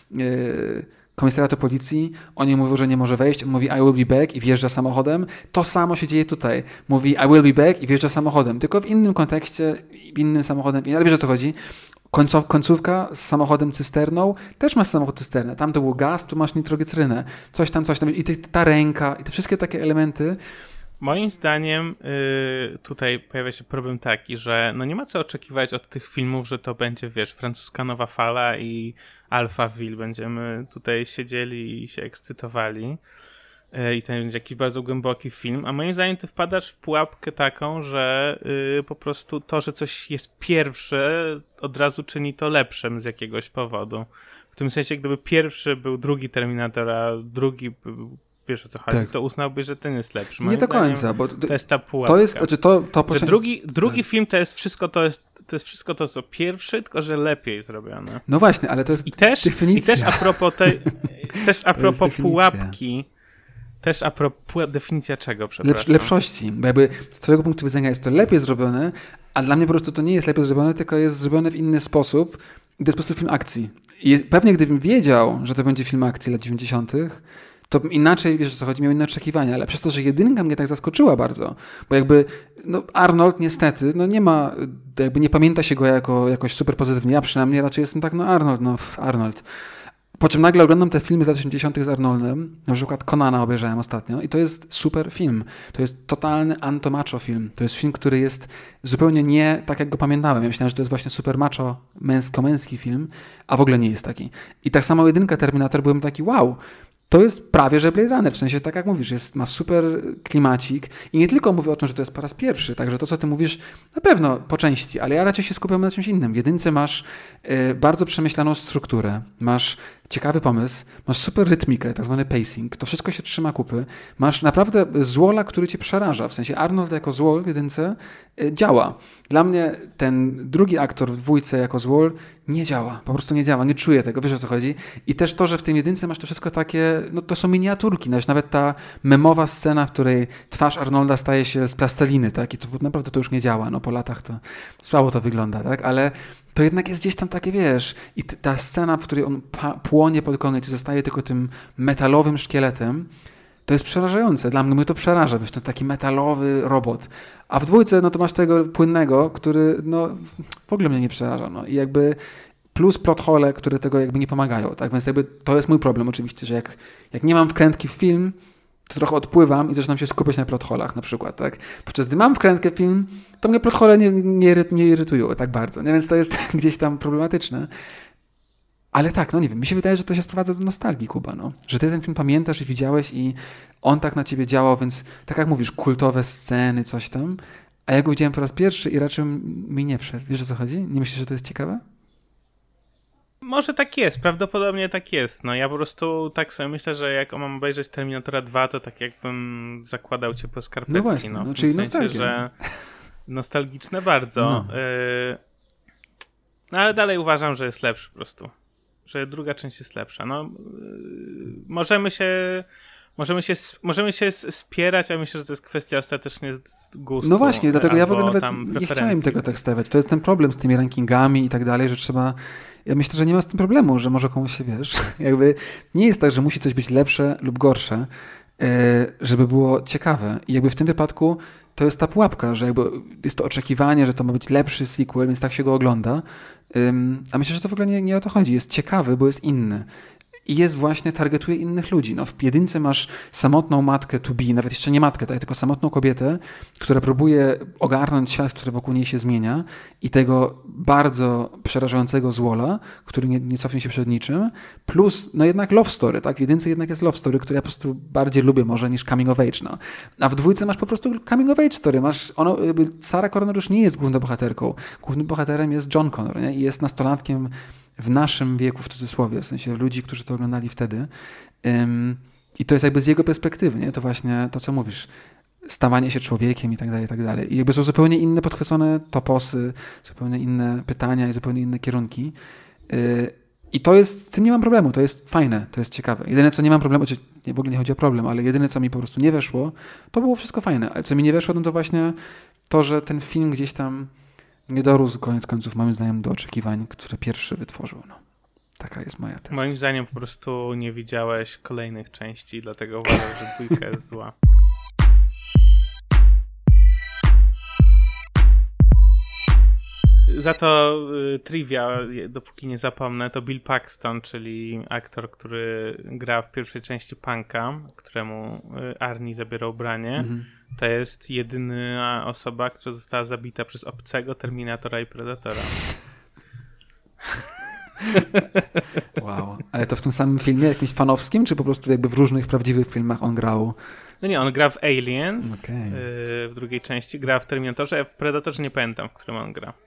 yy, komisariatu policji, oni mówią, że nie może wejść, on mówi I will be back i wjeżdża samochodem. To samo się dzieje tutaj. Mówi I will be back i wjeżdża samochodem. Tylko w innym kontekście, innym samochodem. Ale wiesz, o co chodzi? Końcow, końcówka z samochodem cysterną, też masz samochód cysternę. Tam to był gaz, tu masz nitroglicerynę. Coś tam, coś tam. I ty, ta ręka, i te wszystkie takie elementy.
Moim zdaniem yy, tutaj pojawia się problem taki, że no nie ma co oczekiwać od tych filmów, że to będzie, wiesz, francuska nowa fala i Alphaville. Będziemy tutaj siedzieli i się ekscytowali yy, i to będzie jakiś bardzo głęboki film. A moim zdaniem ty wpadasz w pułapkę taką, że yy, po prostu to, że coś jest pierwsze, od razu czyni to lepszym z jakiegoś powodu. W tym sensie, gdyby pierwszy był drugi Terminator, a drugi był, wiesz o co chodzi, tak, to uznałbyś, że ten jest lepszy. Moim
nie do końca,
zdaniem,
bo
to jest ta pułapka.
To jest, znaczy to, to
że drugi, drugi tak. film to jest wszystko to jest, to jest wszystko to, co pierwszy, tylko że lepiej zrobione.
No właśnie, ale to jest
I też,
definicja.
I też a propos tej, też a propos pułapki, też a propos, definicja czego, przepraszam?
Lepsz, lepszości, bo jakby z twojego punktu widzenia jest to lepiej zrobione, a dla mnie po prostu to nie jest lepiej zrobione, tylko jest zrobione w inny sposób i to jest po prostu film akcji. I pewnie gdybym wiedział, że to będzie film akcji lat dziewięćdziesiątych, to inaczej, wiesz o co chodzi, miał inne oczekiwania, ale przez to, że jedynka mnie tak zaskoczyła bardzo, bo jakby no Arnold niestety, no nie ma, jakby nie pamięta się go jako jakoś super pozytywnie, ja przynajmniej raczej jestem tak, no Arnold, no Arnold. Po czym nagle oglądam te filmy z lat osiemdziesiątych z Arnoldem, na przykład Conana obejrzałem ostatnio i to jest super film. To jest totalny anto-macho film. To jest film, który jest zupełnie nie tak, jak go pamiętałem. Ja myślałem, że to jest właśnie super macho, męsko-męski film, a w ogóle nie jest taki. I tak samo jedynka Terminator, byłem taki wow, to jest prawie, że Blade Runner, w sensie tak jak mówisz, jest, ma super klimacik i nie tylko mówię o tym, że to jest po raz pierwszy, także to, co ty mówisz, na pewno po części, ale ja raczej się skupiam na czymś innym. W jedynce masz y, bardzo przemyślaną strukturę, masz ciekawy pomysł, masz super rytmikę, tak zwany pacing, to wszystko się trzyma kupy, masz naprawdę złola, który cię przeraża, w sensie Arnold jako złol w jedynce y, działa. Dla mnie ten drugi aktor w dwójce jako złol nie działa, po prostu nie działa, nie czuję tego, wiesz o co chodzi. I też to, że w tym jedynce masz to wszystko takie, no to są miniaturki, nawet ta memowa scena, w której twarz Arnolda staje się z plasteliny, tak, i to naprawdę to już nie działa, no po latach to słabo to wygląda, tak, ale to jednak jest gdzieś tam takie, wiesz, i t- ta scena, w której on pa- płonie pod koniec i zostaje tylko tym metalowym szkieletem, to jest przerażające. Dla mnie to przeraża, wiesz, to taki metalowy robot. A w dwójce, no to masz tego płynnego, który, no, w ogóle mnie nie przeraża, no. I jakby plus plot hole, które tego jakby nie pomagają, tak? Więc jakby to jest mój problem oczywiście, że jak, jak nie mam wkrętki w film, to trochę odpływam i zaczynam się skupiać na plot holach na przykład, tak? Podczas gdy mam wkrętkę w film, to mnie plot hole nie, nie, nie irytują tak bardzo, nie? Więc to jest gdzieś tam problematyczne. Ale tak, no nie wiem, mi się wydaje, że to się sprowadza do nostalgii, Kuba, no. Że ty ten film pamiętasz i widziałeś i on tak na ciebie działał, więc tak jak mówisz, kultowe sceny, coś tam, a ja go widziałem po raz pierwszy i raczej mi nie wszedł. Wiesz, o co chodzi? Nie myślisz, że to jest ciekawe?
Może tak jest, prawdopodobnie tak jest. No ja po prostu tak sobie myślę, że jak mam obejrzeć Terminatora dwa, to tak jakbym zakładał ciepłe skarpetki.
No właśnie,
no,
no,
w
czyli
tym sensie, że nostalgiczne bardzo. No. Yy... no ale dalej uważam, że jest lepszy po prostu. Że druga część jest lepsza. No, yy... możemy się... Możemy się, możemy się spierać, ale myślę, że to jest kwestia ostatecznie gustu.
No właśnie, dlatego ja w ogóle nawet nie chciałem tego tak stawiać. To jest ten problem z tymi rankingami i tak dalej, że trzeba ja myślę, że nie ma z tym problemu, że może komuś się, wiesz, jakby nie jest tak, że musi coś być lepsze lub gorsze, żeby było ciekawe. I jakby w tym wypadku to jest ta pułapka, że jakby jest to oczekiwanie, że to ma być lepszy sequel, więc tak się go ogląda. A myślę, że to w ogóle nie, nie o to chodzi. Jest ciekawy, bo jest inny. I jest właśnie, targetuje innych ludzi. No, w jedynce masz samotną matkę to be, nawet jeszcze nie matkę, tak, tylko samotną kobietę, która próbuje ogarnąć świat, który wokół niej się zmienia i tego bardzo przerażającego złola, który nie, nie cofnie się przed niczym, plus no jednak love story, tak? W jedynce jednak jest love story, który ja po prostu bardziej lubię może niż coming of age, no. A w dwójce masz po prostu coming of age story. Masz, ono, Sarah Connor już nie jest główną bohaterką. Głównym bohaterem jest John Connor, nie? I jest nastolatkiem w naszym wieku, w cudzysłowie, w sensie ludzi, którzy to oglądali wtedy. Ym, I to jest jakby z jego perspektywy, nie? To właśnie to, co mówisz, stawanie się człowiekiem i tak dalej, i tak dalej. I jakby są zupełnie inne podchwycone toposy, zupełnie inne pytania i zupełnie inne kierunki. Yy, I to jest, z tym nie mam problemu, to jest fajne, to jest ciekawe. Jedyne, co nie mam problemu, czy nie, w ogóle nie chodzi o problem, ale jedyne, co mi po prostu nie weszło, to było wszystko fajne. Ale co mi nie weszło, no to właśnie to, że ten film gdzieś tam nie dorósł koniec końców, moim zdaniem, do oczekiwań, które pierwszy wytworzył. No. Taka jest moja teza.
Moim zdaniem po prostu nie widziałeś kolejnych części, dlatego uważam, że dwójka jest zła. Za to y, trivia, dopóki nie zapomnę, to Bill Paxton, czyli aktor, który gra w pierwszej części Punka, któremu y, Arnie zabiera ubranie. Mhm. To jest jedyna osoba, która została zabita przez obcego, Terminatora i Predatora.
Wow. Ale to w tym samym filmie jakimś fanowskim, czy po prostu jakby w różnych prawdziwych filmach on grał?
No nie, on gra w Aliens
okay.
y, w drugiej części, gra w Terminatorze, a w Predatorze nie pamiętam, w którym on gra.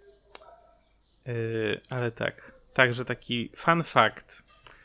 Y, ale tak. Także taki fun fact.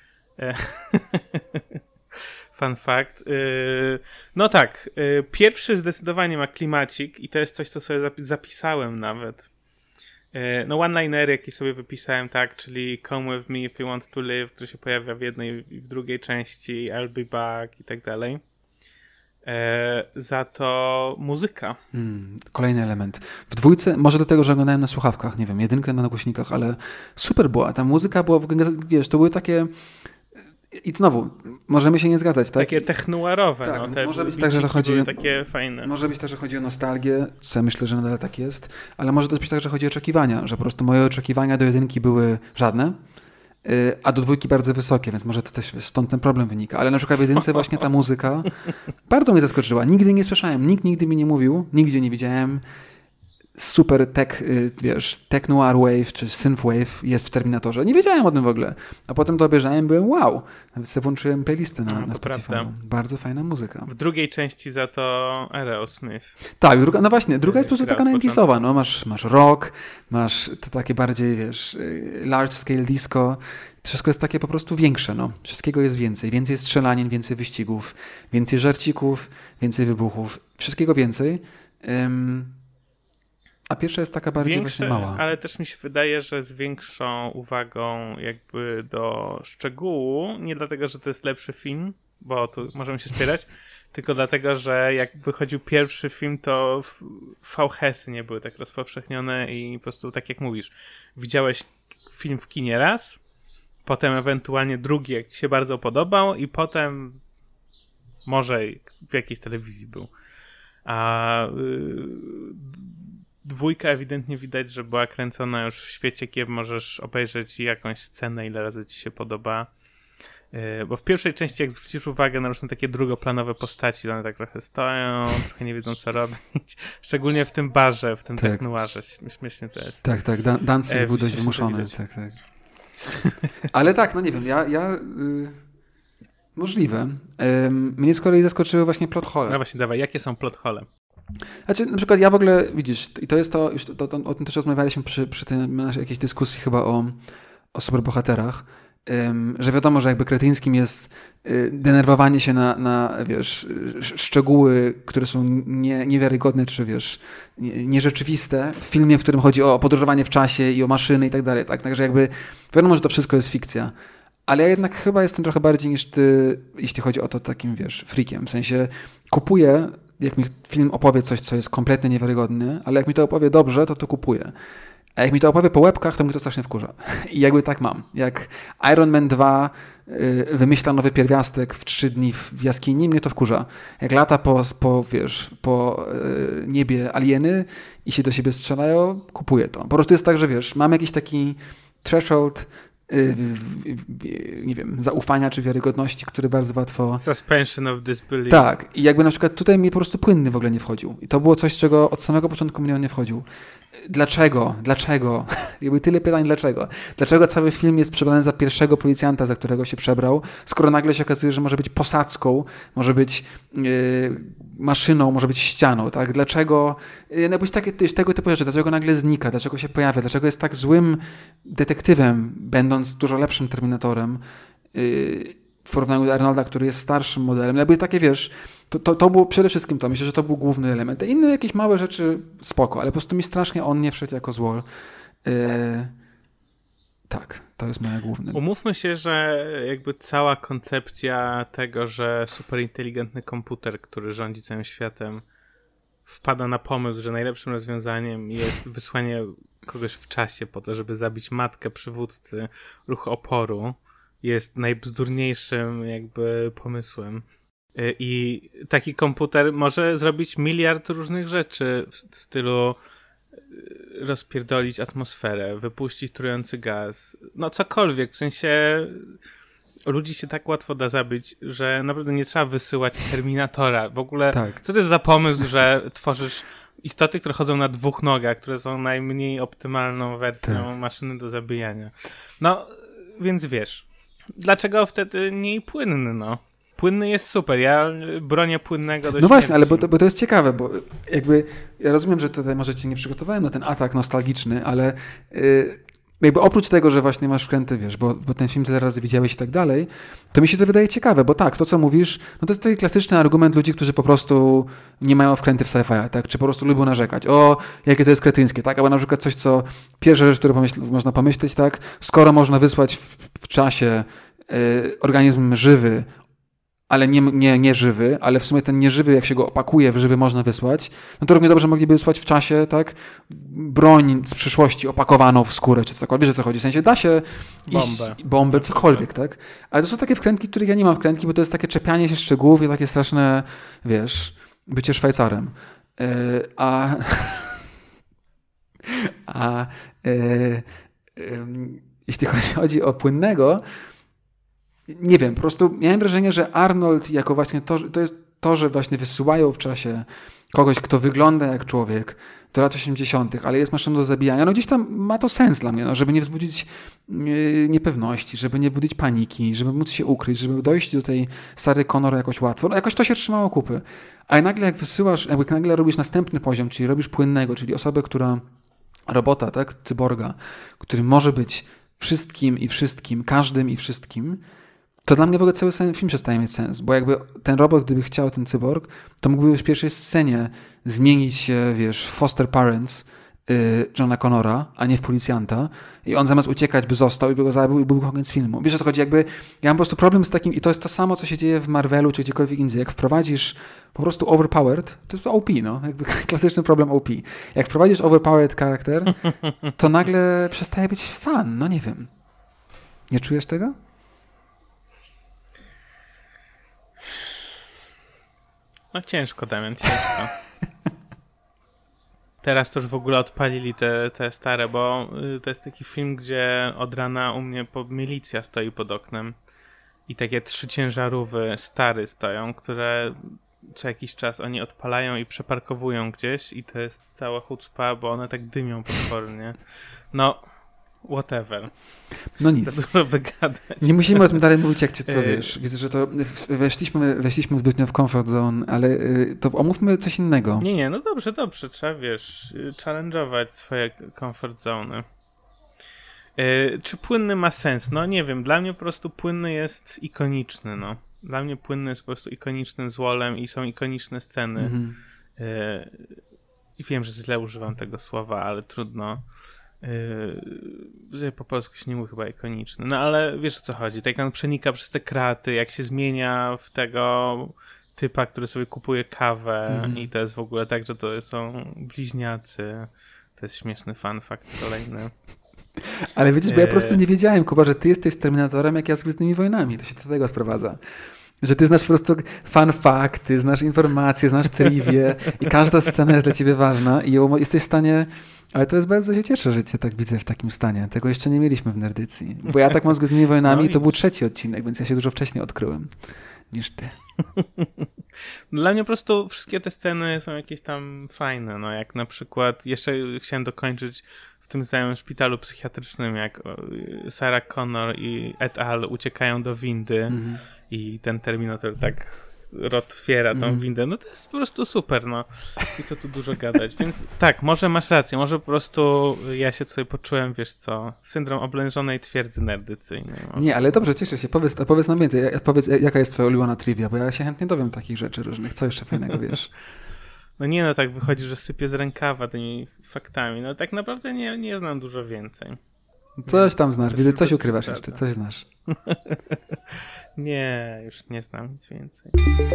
Fun fact. Yy, no tak, yy, pierwszy zdecydowanie ma klimacik i to jest coś, co sobie zapi- zapisałem nawet. Yy, no one-linery, jakie sobie wypisałem, tak, czyli Come with me if you want to live, który się pojawia w jednej i w drugiej części, I'll be back i tak dalej. Yy, za to muzyka.
Hmm, kolejny element. W dwójce, może do tego, że oglądałem na słuchawkach, nie wiem, jedynkę na nagłośnikach, ale super była. Ta muzyka była, wiesz, to były takie... I znowu, możemy się nie zgadzać, tak?
Takie technuarowe.
Tak,
no, te
może być tak, że to chodzi o,
takie fajne.
Może być tak, że chodzi o nostalgię, co ja myślę, że nadal tak jest, ale może też być tak, że chodzi o oczekiwania, że po prostu moje oczekiwania do jedynki były żadne, a do dwójki bardzo wysokie, więc może to też stąd ten problem wynika. Ale na przykład w jedynce właśnie ta muzyka bardzo mnie zaskoczyła. Nigdy nie słyszałem, nikt nigdy mi nie mówił, nigdzie nie widziałem. Super tech, wiesz, tech noir wave czy synthwave jest w Terminatorze. Nie wiedziałem o tym w ogóle. A potem to obejrzałem i byłem wow. Nawet sobie włączyłem playlistę na, no, na Spotify. Bardzo fajna muzyka.
W drugiej części za to Aerosmith.
Tak, druga, no właśnie, druga jest po prostu taka ninetysowa. No, masz, masz rock, masz to takie bardziej, wiesz, large scale disco. Wszystko jest takie po prostu większe, no. Wszystkiego jest więcej. Więcej strzelanin, więcej wyścigów, więcej żarcików, więcej wybuchów. Wszystkiego więcej. Um, A pierwsza jest taka bardziej
Większe,
właśnie mała.
Ale też mi się wydaje, że z większą uwagą jakby do szczegółu, nie dlatego, że to jest lepszy film, bo tu możemy się spierać, tylko dlatego, że jak wychodził pierwszy film, to V H S y nie były tak rozpowszechnione i po prostu tak jak mówisz, widziałeś film w kinie raz, potem ewentualnie drugi, jak ci się bardzo podobał i potem może w jakiejś telewizji był. A yy, dwójka ewidentnie widać, że była kręcona już w świecie, gdzie możesz obejrzeć jakąś scenę, ile razy ci się podoba. Yy, bo w pierwszej części, jak zwrócisz uwagę na różne takie drugoplanowe postaci, one tak trochę stoją, trochę nie wiedzą, co robić. Szczególnie w tym barze, w tym
tak.
technuarze. Śmiesznie to jest.
Tak, tak. Dan- Dancing e, był dość wymuszony. Tak, tak. Ale tak, no nie wiem, ja... ja y- możliwe. Y- mnie z kolei zaskoczyły właśnie plot hole.
No właśnie, dawaj, jakie są plot hole?
Znaczy, na przykład ja w ogóle, widzisz, i to jest to, już to, to, o tym też rozmawialiśmy przy, przy tej naszej jakiejś dyskusji chyba o, o superbohaterach, ym, że wiadomo, że jakby kretyńskim jest y, denerwowanie się na, na wiesz, sz- szczegóły, które są nie, niewiarygodne, czy wiesz, nie, nierzeczywiste w filmie, w którym chodzi o podróżowanie w czasie i o maszyny i tak dalej, tak? Także jakby wiadomo, że to wszystko jest fikcja. Ale ja jednak chyba jestem trochę bardziej niż ty, jeśli chodzi o to takim, wiesz, freakiem. W sensie kupuję, jak mi film opowie coś, co jest kompletnie niewiarygodne, ale jak mi to opowie dobrze, to to kupuję. A jak mi to opowie po łebkach, to mi to strasznie wkurza. I jakby tak mam. Jak Iron Man dwa yy, wymyśla nowy pierwiastek w trzy dni w jaskini, mnie to wkurza. Jak lata po, po wiesz, po yy, niebie alieny i się do siebie strzelają, kupuję to. Po prostu jest tak, że wiesz, mam jakiś taki threshold yy, yy, nie wiem, zaufania czy wiarygodności, który bardzo łatwo...
Suspension of disbelief.
Tak. I jakby na przykład tutaj mi po prostu płynny w ogóle nie wchodził. I to było coś, czego od samego początku mnie on nie wchodził. Dlaczego? Dlaczego? Jakby tyle pytań, dlaczego? Dlaczego cały film jest przebrany za pierwszego policjanta, za którego się przebrał, skoro nagle się okazuje, że może być posadzką, może być yy, maszyną, może być ścianą, tak? Dlaczego? Yy, no, takie, tego typu rzeczy. Dlaczego nagle znika? Dlaczego się pojawia? Dlaczego jest tak złym detektywem, będąc dużo lepszym Terminatorem? Yy, w porównaniu do Arnolda, który jest starszym modelem. Jakby takie, wiesz, to, to, to było przede wszystkim to. Myślę, że to był główny element. Te inne jakieś małe rzeczy spoko, ale po prostu mi strasznie on nie wszedł jako zło. Yy, tak, to jest moja główna.
Umówmy się, że jakby cała koncepcja tego, że superinteligentny komputer, który rządzi całym światem, wpada na pomysł, że najlepszym rozwiązaniem jest wysłanie kogoś w czasie po to, żeby zabić matkę przywódcy ruchu oporu, jest najbzdurniejszym jakby pomysłem. I taki komputer może zrobić miliard różnych rzeczy w stylu rozpierdolić atmosferę, wypuścić trujący gaz, no cokolwiek, w sensie ludzi się tak łatwo da zabić, że naprawdę nie trzeba wysyłać Terminatora. W ogóle, tak. Co to jest za pomysł, że tworzysz istoty, które chodzą na dwóch nogach, które są najmniej optymalną wersją tak. maszyny do zabijania. No, więc wiesz, dlaczego wtedy nie płynny, no? Płynny jest super, ja bronię płynnego do
No właśnie, ale bo to, bo to jest ciekawe, bo jakby ja rozumiem, że tutaj może cię nie przygotowałem na ten atak nostalgiczny, ale yy, jakby oprócz tego, że właśnie masz wkręty, wiesz, bo, bo ten film tyle razy widziałeś i tak dalej, to mi się to wydaje ciekawe, bo tak, to co mówisz, no to jest taki klasyczny argument ludzi, którzy po prostu nie mają wkręty w sci-fi, tak, czy po prostu lubią narzekać, o, jakie to jest kretyńskie, tak, albo na przykład coś, co, pierwsza rzecz, którą pomyśl, można pomyśleć, tak, skoro można wysłać w, w czasie yy, organizm żywy, ale nie, nie, nie żywy, ale w sumie ten nieżywy, jak się go opakuje, w żywy można wysłać, no to równie dobrze mogliby wysłać w czasie, tak, broń z przyszłości opakowaną w skórę, czy cokolwiek, wiesz o co chodzi, w sensie da się iść,
bombę,
bombę cokolwiek, tak, ale to są takie wkrętki, których ja nie mam wkrętki, bo to jest takie czepianie się szczegółów i takie straszne, wiesz, bycie Szwajcarem. Yy, a a yy, yy, jeśli chodzi o płynnego, nie wiem, po prostu miałem wrażenie, że Arnold jako właśnie to, to jest to, że właśnie wysyłają w czasie kogoś, kto wygląda jak człowiek do lat osiemdziesiątych, ale jest maszyną do zabijania, no gdzieś tam ma to sens dla mnie, no, żeby nie wzbudzić niepewności, żeby nie budzić paniki, żeby móc się ukryć, żeby dojść do tej Sary Connor jakoś łatwo. No jakoś to się trzymało kupy. A nagle jak wysyłasz, jakby nagle robisz następny poziom, czyli robisz płynnego, czyli osobę, która, robota, tak, cyborga, który może być wszystkim i wszystkim, każdym i wszystkim, to dla mnie w ogóle cały film przestaje mieć sens, bo jakby ten robot, gdyby chciał, ten cyborg, to mógłby już w pierwszej scenie zmienić się, wiesz, w foster parents yy, Johna Connora, a nie w policjanta i on zamiast uciekać by został i by go zabił i byłby koniec filmu. Wiesz o co chodzi? Jakby ja mam po prostu problem z takim, i to jest to samo, co się dzieje w Marvelu czy gdziekolwiek indziej. Jak wprowadzisz po prostu overpowered, to jest O P, no. Jakby klasyczny problem O P. Jak wprowadzisz overpowered charakter, to nagle przestaje być fan, no nie wiem. Nie czujesz tego?
No ciężko, Damian, ciężko. Teraz to już w ogóle odpalili te, te stare, bo to jest taki film, gdzie od rana u mnie po, milicja stoi pod oknem i takie trzy ciężarówy stary stoją, które co jakiś czas oni odpalają i przeparkowują gdzieś i to jest cała chucpa, bo one tak dymią potwornie. No, whatever.
No nic.
Za dużo wygadać.
Nie musimy o tym dalej mówić, jak cię to wiesz. Widzę, że to weszliśmy, weszliśmy zbytnio w comfort zone, ale to omówmy coś innego.
Nie, nie, no dobrze, dobrze. Trzeba, wiesz, challenge'ować swoje comfort zone. Yy, czy płynny ma sens? No nie wiem, dla mnie po prostu płynny jest ikoniczny, no. Dla mnie płynny jest po prostu ikonicznym złolem i są ikoniczne sceny. Mm-hmm. Yy, I wiem, że źle używam tego słowa, ale trudno. Yy, że po polsku się nie mówi chyba ikoniczny. No ale wiesz o co chodzi. Tak jak on przenika przez te kraty, jak się zmienia w tego typa, który sobie kupuje kawę mm-hmm. i to jest w ogóle tak, że to są bliźniacy. To jest śmieszny fun fact kolejny.
Ale widzisz, bo ja po prostu nie wiedziałem, Kuba, że ty jesteś Terminatorem, jak ja z Gwiezdnymi Wojnami. To się do tego sprowadza. Że ty znasz po prostu fun fakty, znasz informacje, znasz trivię i każda scena jest dla ciebie ważna i jesteś w stanie... Ale to jest bardzo się cieszę, że cię tak widzę w takim stanie. Tego jeszcze nie mieliśmy w Nerdycji. Bo ja tak mam z Gwiezdnymi Wojnami no i to był trzeci odcinek, więc ja się dużo wcześniej odkryłem niż ty.
Dla mnie po prostu wszystkie te sceny są jakieś tam fajne. No jak na przykład, jeszcze chciałem dokończyć w tym samym szpitalu psychiatrycznym, jak Sarah Connor i et al. Uciekają do windy mm-hmm. i ten Terminator tak otwiera tą mm. windę, no to jest po prostu super, no. I co tu dużo gadać. Więc tak, może masz rację, może po prostu ja się tutaj poczułem, wiesz co, syndrom oblężonej twierdzy nerdycyjnej. Może.
Nie, ale dobrze, cieszę się. Powiedz, powiedz nam więcej. Powiedz, jaka jest twoja ulubiona trivia, bo ja się chętnie dowiem takich rzeczy różnych. Co jeszcze fajnego wiesz?
No nie, no tak wychodzi, że sypię z rękawa tymi faktami. No tak naprawdę nie, nie znam dużo więcej.
Coś tam znasz, widzę, coś ukrywasz jeszcze, coś znasz.
Nie, już nie znam nic więcej.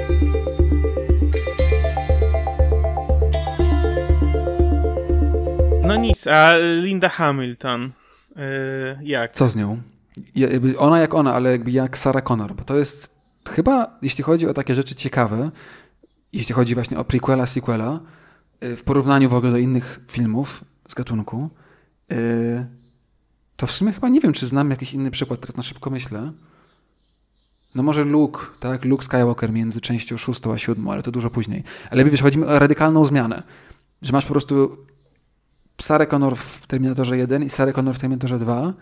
No nic, a Linda Hamilton, yy, jak?
Co z nią? Ona jak ona, ale jakby jak Sarah Connor, bo to jest chyba, jeśli chodzi o takie rzeczy ciekawe, jeśli chodzi właśnie o prequela, sequela, w porównaniu w ogóle do innych filmów z gatunku, yy, to w sumie chyba nie wiem, czy znam jakiś inny przykład, teraz na szybko myślę. No może Luke, tak? Luke Skywalker między częścią szóstą a siódmą, ale to dużo później. Ale wiesz, chodzi mi o radykalną zmianę. Że masz po prostu Sarah Connor w Terminatorze jeden i Sarah Connor w Terminatorze dwa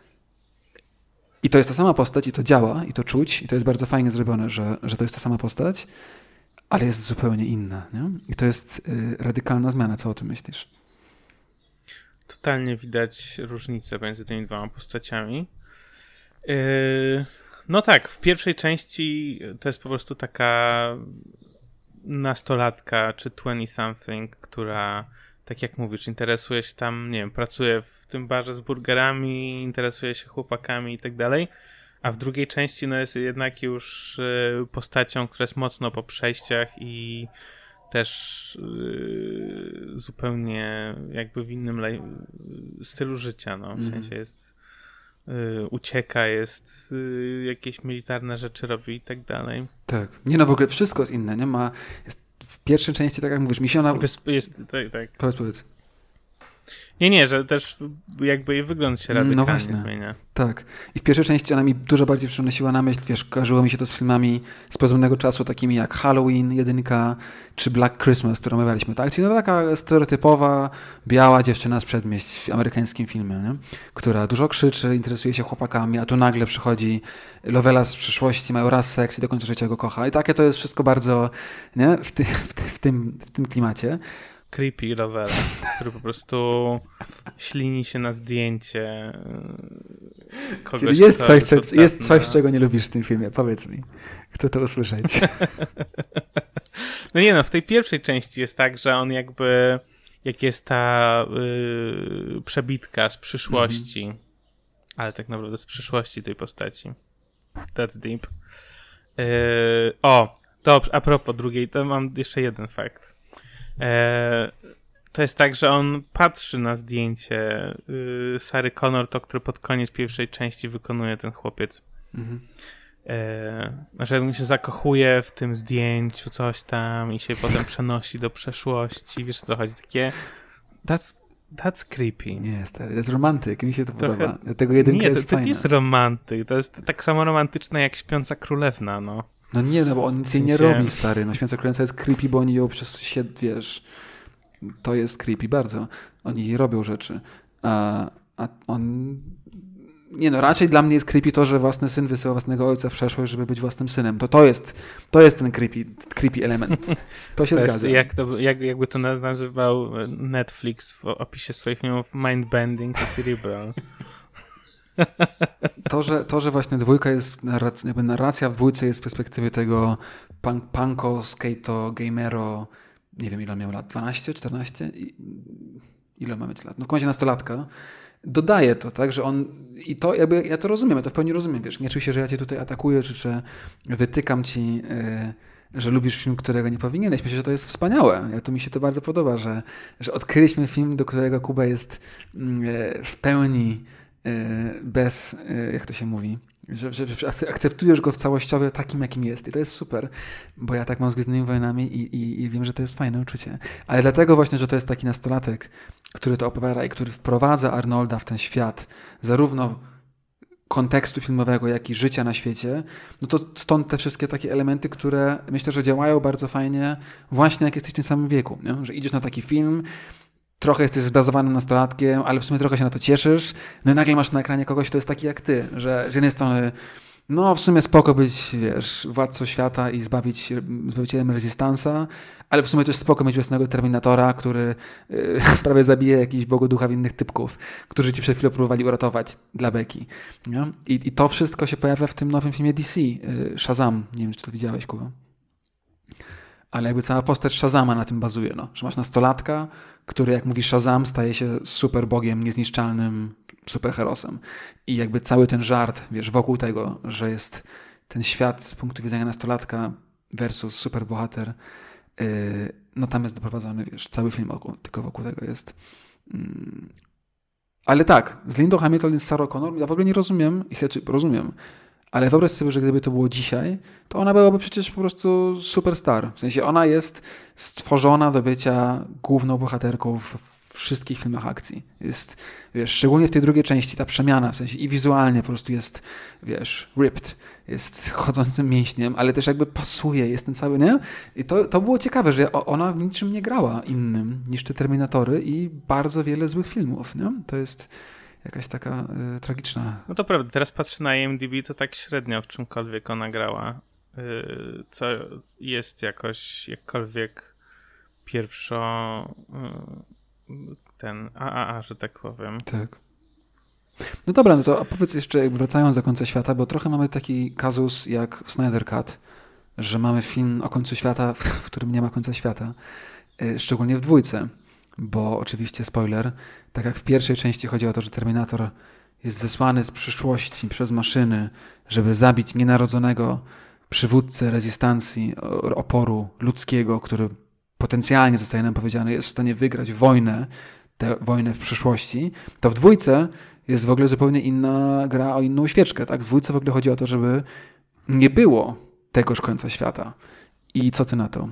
i to jest ta sama postać i to działa i to czuć i to jest bardzo fajnie zrobione, że, że to jest ta sama postać, ale jest zupełnie inna, nie? I to jest y, radykalna zmiana. Co o tym myślisz?
Totalnie widać różnicę między tymi dwoma postaciami. Yy, no tak, w pierwszej części to jest po prostu taka nastolatka czy twenty-something, która, tak jak mówisz, interesuje się tam, nie wiem, pracuje w tym barze z burgerami, interesuje się chłopakami i tak dalej, a w drugiej części no jest jednak już yy, postacią, która jest mocno po przejściach i też yy, zupełnie jakby w innym lej- stylu życia, no, w mm. sensie jest yy, ucieka, jest yy, jakieś militarne rzeczy robi i tak dalej.
Tak. Nie no, w ogóle wszystko jest inne, nie ma, jest w pierwszej części, tak jak mówisz, mi się ona...
Wysp- jest, tak, tak.
Powiedz, powiedz.
Nie, nie, że też jakby jej wygląd się radykalnie no właśnie. zmienia.
Tak. I w pierwszej części ona mi dużo bardziej przynosiła na myśl, wiesz, kojarzyło mi się to z filmami z podobnego czasu, takimi jak Halloween, jedynka, czy Black Christmas, którą omawialiśmy, tak? Czyli no taka stereotypowa, biała dziewczyna z przedmieść w amerykańskim filmie, nie? Która dużo krzyczy, interesuje się chłopakami, a tu nagle przychodzi Lovella z przyszłości, mają raz seks i do końca życia go kocha. I takie to jest wszystko bardzo, nie? W, ty, w, ty, w, tym, w tym klimacie.
Creepy Lovella, który po prostu ślini się na zdjęcie kogoś.
Czyli jest coś, co, jest coś, czego nie lubisz w tym filmie. Powiedz mi. Chcę to usłyszeć.
No nie no, w tej pierwszej części jest tak, że on jakby, jak jest ta yy, przebitka z przyszłości, mm-hmm. ale tak naprawdę z przyszłości tej postaci. That's deep. Yy, o, dobrze, a propos drugiej, to mam jeszcze jeden fakt. To jest tak, że on patrzy na zdjęcie y, Sary Connor, to, które pod koniec pierwszej części wykonuje ten chłopiec. Mhm. E, znaczy on się zakochuje w tym zdjęciu, coś tam i się potem przenosi do przeszłości. Wiesz, co chodzi? Takie that's, that's creepy.
Nie, stary, to jest romantyk. Mi się to
Trochę...
podoba. Dlatego jedynka
nie,
jest
to,
to
to jest romantyk. To jest tak samo romantyczne jak Śpiąca Królewna, no.
No nie, no bo on nic jej nie robi, stary. No Śpiąca Królewna jest creepy, bo oni ją przez się, wiesz, to jest creepy bardzo. Oni jej robią rzeczy. A, a on... Nie no, raczej dla mnie jest creepy to, że własny syn wysyła własnego ojca w przeszłość, żeby być własnym synem. To to jest, to jest ten creepy, creepy element. To się to zgadza.
Jest, jak to, jak, jakby to nazywał Netflix w opisie swoich filmów, mindbending to cerebral.
To że, to, że właśnie dwójka jest, narracja, jakby narracja w dwójce jest z perspektywy tego punk, punko, skato, gamero, nie wiem ile on miał lat, dwanaście, czternaście? I, ile ma mieć lat? No w końcu nastolatka. Dodaje to, tak, że on, i to jakby, ja to rozumiem, ja to w pełni rozumiem, wiesz, nie czuj się, że ja cię tutaj atakuję, czy że wytykam ci że lubisz film, którego nie powinieneś. Myślę, że to jest wspaniałe. Ja to mi się to bardzo podoba, że, że odkryliśmy film, do którego Kuba jest w pełni bez, jak to się mówi, że, że, że akceptujesz go w całościowo takim, jakim jest. I to jest super, bo ja tak mam z Gwiezdnymi Wojnami i, i, i wiem, że to jest fajne uczucie. Ale dlatego właśnie, że to jest taki nastolatek, który to opowiada i który wprowadza Arnolda w ten świat, zarówno kontekstu filmowego, jak i życia na świecie, no to stąd te wszystkie takie elementy, które myślę, że działają bardzo fajnie właśnie jak jesteś w tym samym wieku, nie? Że idziesz na taki film, trochę jesteś zbazowanym nastolatkiem, ale w sumie trochę się na to cieszysz, no i nagle masz na ekranie kogoś, kto jest taki jak ty, że z jednej strony no w sumie spoko być, wiesz, władcą świata i zbawić zbawicielem Rezystansa, ale w sumie też spoko mieć własnego Terminatora, który yy, prawie zabije jakichś bogoducha winnych typków, którzy ci przed chwilą próbowali uratować dla beki. Nie? I, I to wszystko się pojawia w tym nowym filmie D C, yy, Shazam. Nie wiem, czy to widziałeś, Kuba. Ale jakby cała postać Shazama na tym bazuje, no. Że masz nastolatka, który jak mówi Shazam staje się super bogiem, niezniszczalnym superherosem. I jakby cały ten żart, wiesz, wokół tego, że jest ten świat z punktu widzenia nastolatka versus superbohater, yy, no tam jest doprowadzony, wiesz, cały film wokół, tylko wokół tego jest. Yy. Ale tak, z Lindą Hamilton i z Sarah Connor ja w ogóle nie rozumiem, ich rozumiem, ale wyobraź sobie, że gdyby to było dzisiaj, to ona byłaby przecież po prostu superstar. W sensie ona jest stworzona do bycia główną bohaterką w wszystkich filmach akcji. Jest, wiesz, szczególnie w tej drugiej części ta przemiana, w sensie i wizualnie po prostu jest, wiesz, ripped, jest chodzącym mięśniem, ale też jakby pasuje, jest ten cały, nie? I to, to było ciekawe, że ona w niczym nie grała innym niż te Terminatory i bardzo wiele złych filmów, nie? To jest jakaś taka y, tragiczna.
No to prawda, teraz patrzę na I M D B, to tak średnio w czymkolwiek ona grała, y, co jest jakoś jakkolwiek pierwszo y, ten A A A, że tak powiem.
Tak. No dobra, no to opowiedz jeszcze, wracając do końca świata, bo trochę mamy taki kazus jak w Snyder Cut, że mamy film o końcu świata, w którym nie ma końca świata, y, szczególnie w dwójce. Bo oczywiście spoiler, tak jak w pierwszej części chodzi o to, że Terminator jest wysłany z przyszłości przez maszyny, żeby zabić nienarodzonego przywódcę rezystancji, oporu ludzkiego, który potencjalnie, zostaje nam powiedziane, jest w stanie wygrać wojnę, tę wojnę w przyszłości, to w dwójce jest w ogóle zupełnie inna gra o inną świeczkę. Tak? W dwójce w ogóle chodzi o to, żeby nie było tegoż końca świata. I co ty na to?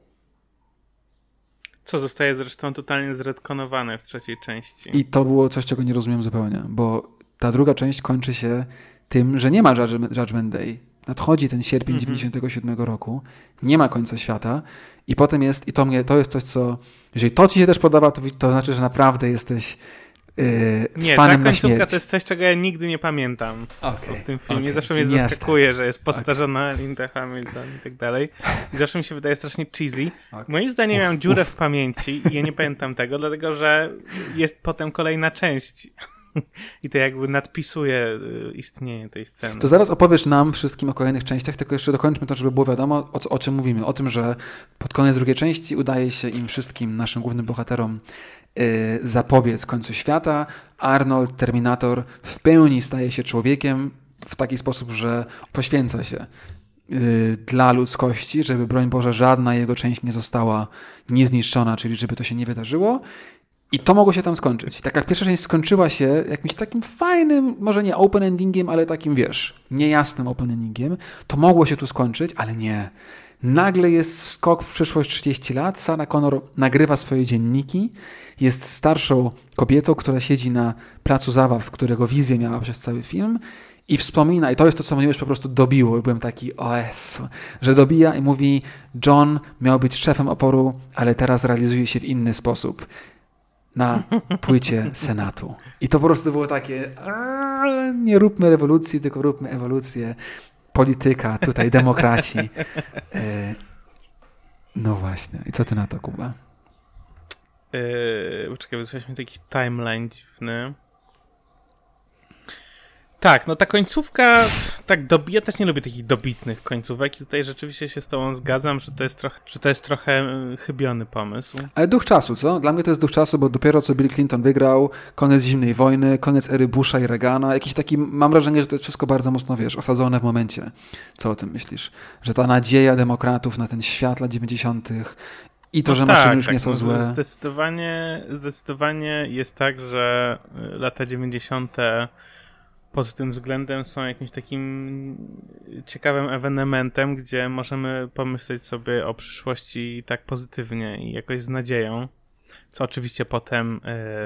Co zostaje zresztą totalnie zretkonowane w trzeciej części.
I to było coś, czego nie rozumiem zupełnie, bo ta druga część kończy się tym, że nie ma Judgment Day. Nadchodzi ten sierpień mm-hmm. dziewięćdziesiątego siódmego roku, nie ma końca świata i potem jest, i to mnie, to jest coś, co, jeżeli to ci się też podoba, to, to znaczy, że naprawdę jesteś yy,
nie,
fanem
ta
na śmierć.
końcówka to jest coś, czego ja nigdy nie pamiętam
okay,
w tym filmie.
okay.
Zawsze mnie zaskakuje, tak. że jest postarzona okay. Linda Hamilton i tak dalej. I zawsze mi się wydaje strasznie cheesy. Okay. Moim zdaniem uf, miałem dziurę uf. w pamięci i ja nie pamiętam tego, dlatego że jest potem kolejna część. I to jakby nadpisuje istnienie tej sceny.
To zaraz opowiesz nam wszystkim o kolejnych częściach, tylko jeszcze dokończmy to, żeby było wiadomo, o, o czym mówimy. O tym, że pod koniec drugiej części udaje się im wszystkim, naszym głównym bohaterom, yy, zapobiec końcu świata. Arnold, Terminator, w pełni staje się człowiekiem w taki sposób, że poświęca się yy, dla ludzkości, żeby, broń Boże, żadna jego część nie została niezniszczona, czyli żeby to się nie wydarzyło. I to mogło się tam skończyć. Tak jak pierwsza część skończyła się jakimś takim fajnym, może nie open endingiem, ale takim, wiesz, niejasnym open endingiem, to mogło się tu skończyć, ale nie. Nagle jest skok w przyszłość trzydzieści lat, Sarah Connor nagrywa swoje dzienniki, jest starszą kobietą, która siedzi na placu zabaw, którego wizję miała przez cały film i wspomina, i to jest to, co mnie już po prostu dobiło. I byłem taki, o Jezu, że dobija i mówi, John miał być szefem oporu, ale teraz realizuje się w inny sposób. Na płycie Senatu. I to po prostu było takie, nie róbmy rewolucji, tylko róbmy ewolucję. Polityka, tutaj demokraci. E, no właśnie. I co ty na to, Kuba?
Yy, poczekaj, wysłałeś mi taki timeline dziwny. Tak, no ta końcówka tak dobi... Ja też nie lubię takich dobitnych końcówek i tutaj rzeczywiście się z tobą zgadzam, że to jest trochę, że to jest trochę chybiony pomysł.
Ale duch czasu, co? Dla mnie to jest duch czasu, bo dopiero co Bill Clinton wygrał, koniec zimnej wojny, koniec ery Busha i Reagana, jakiś taki, mam wrażenie, że to jest wszystko bardzo mocno, wiesz, osadzone w momencie. Co o tym myślisz? Że ta nadzieja demokratów na ten świat lat dziewięćdziesiątych i to, no że tak, maszyny już tak, nie są no złe.
Zdecydowanie, zdecydowanie jest tak, że lata dziewięćdziesiąte pod tym względem są jakimś takim ciekawym ewenementem, gdzie możemy pomyśleć sobie o przyszłości tak pozytywnie i jakoś z nadzieją, co oczywiście potem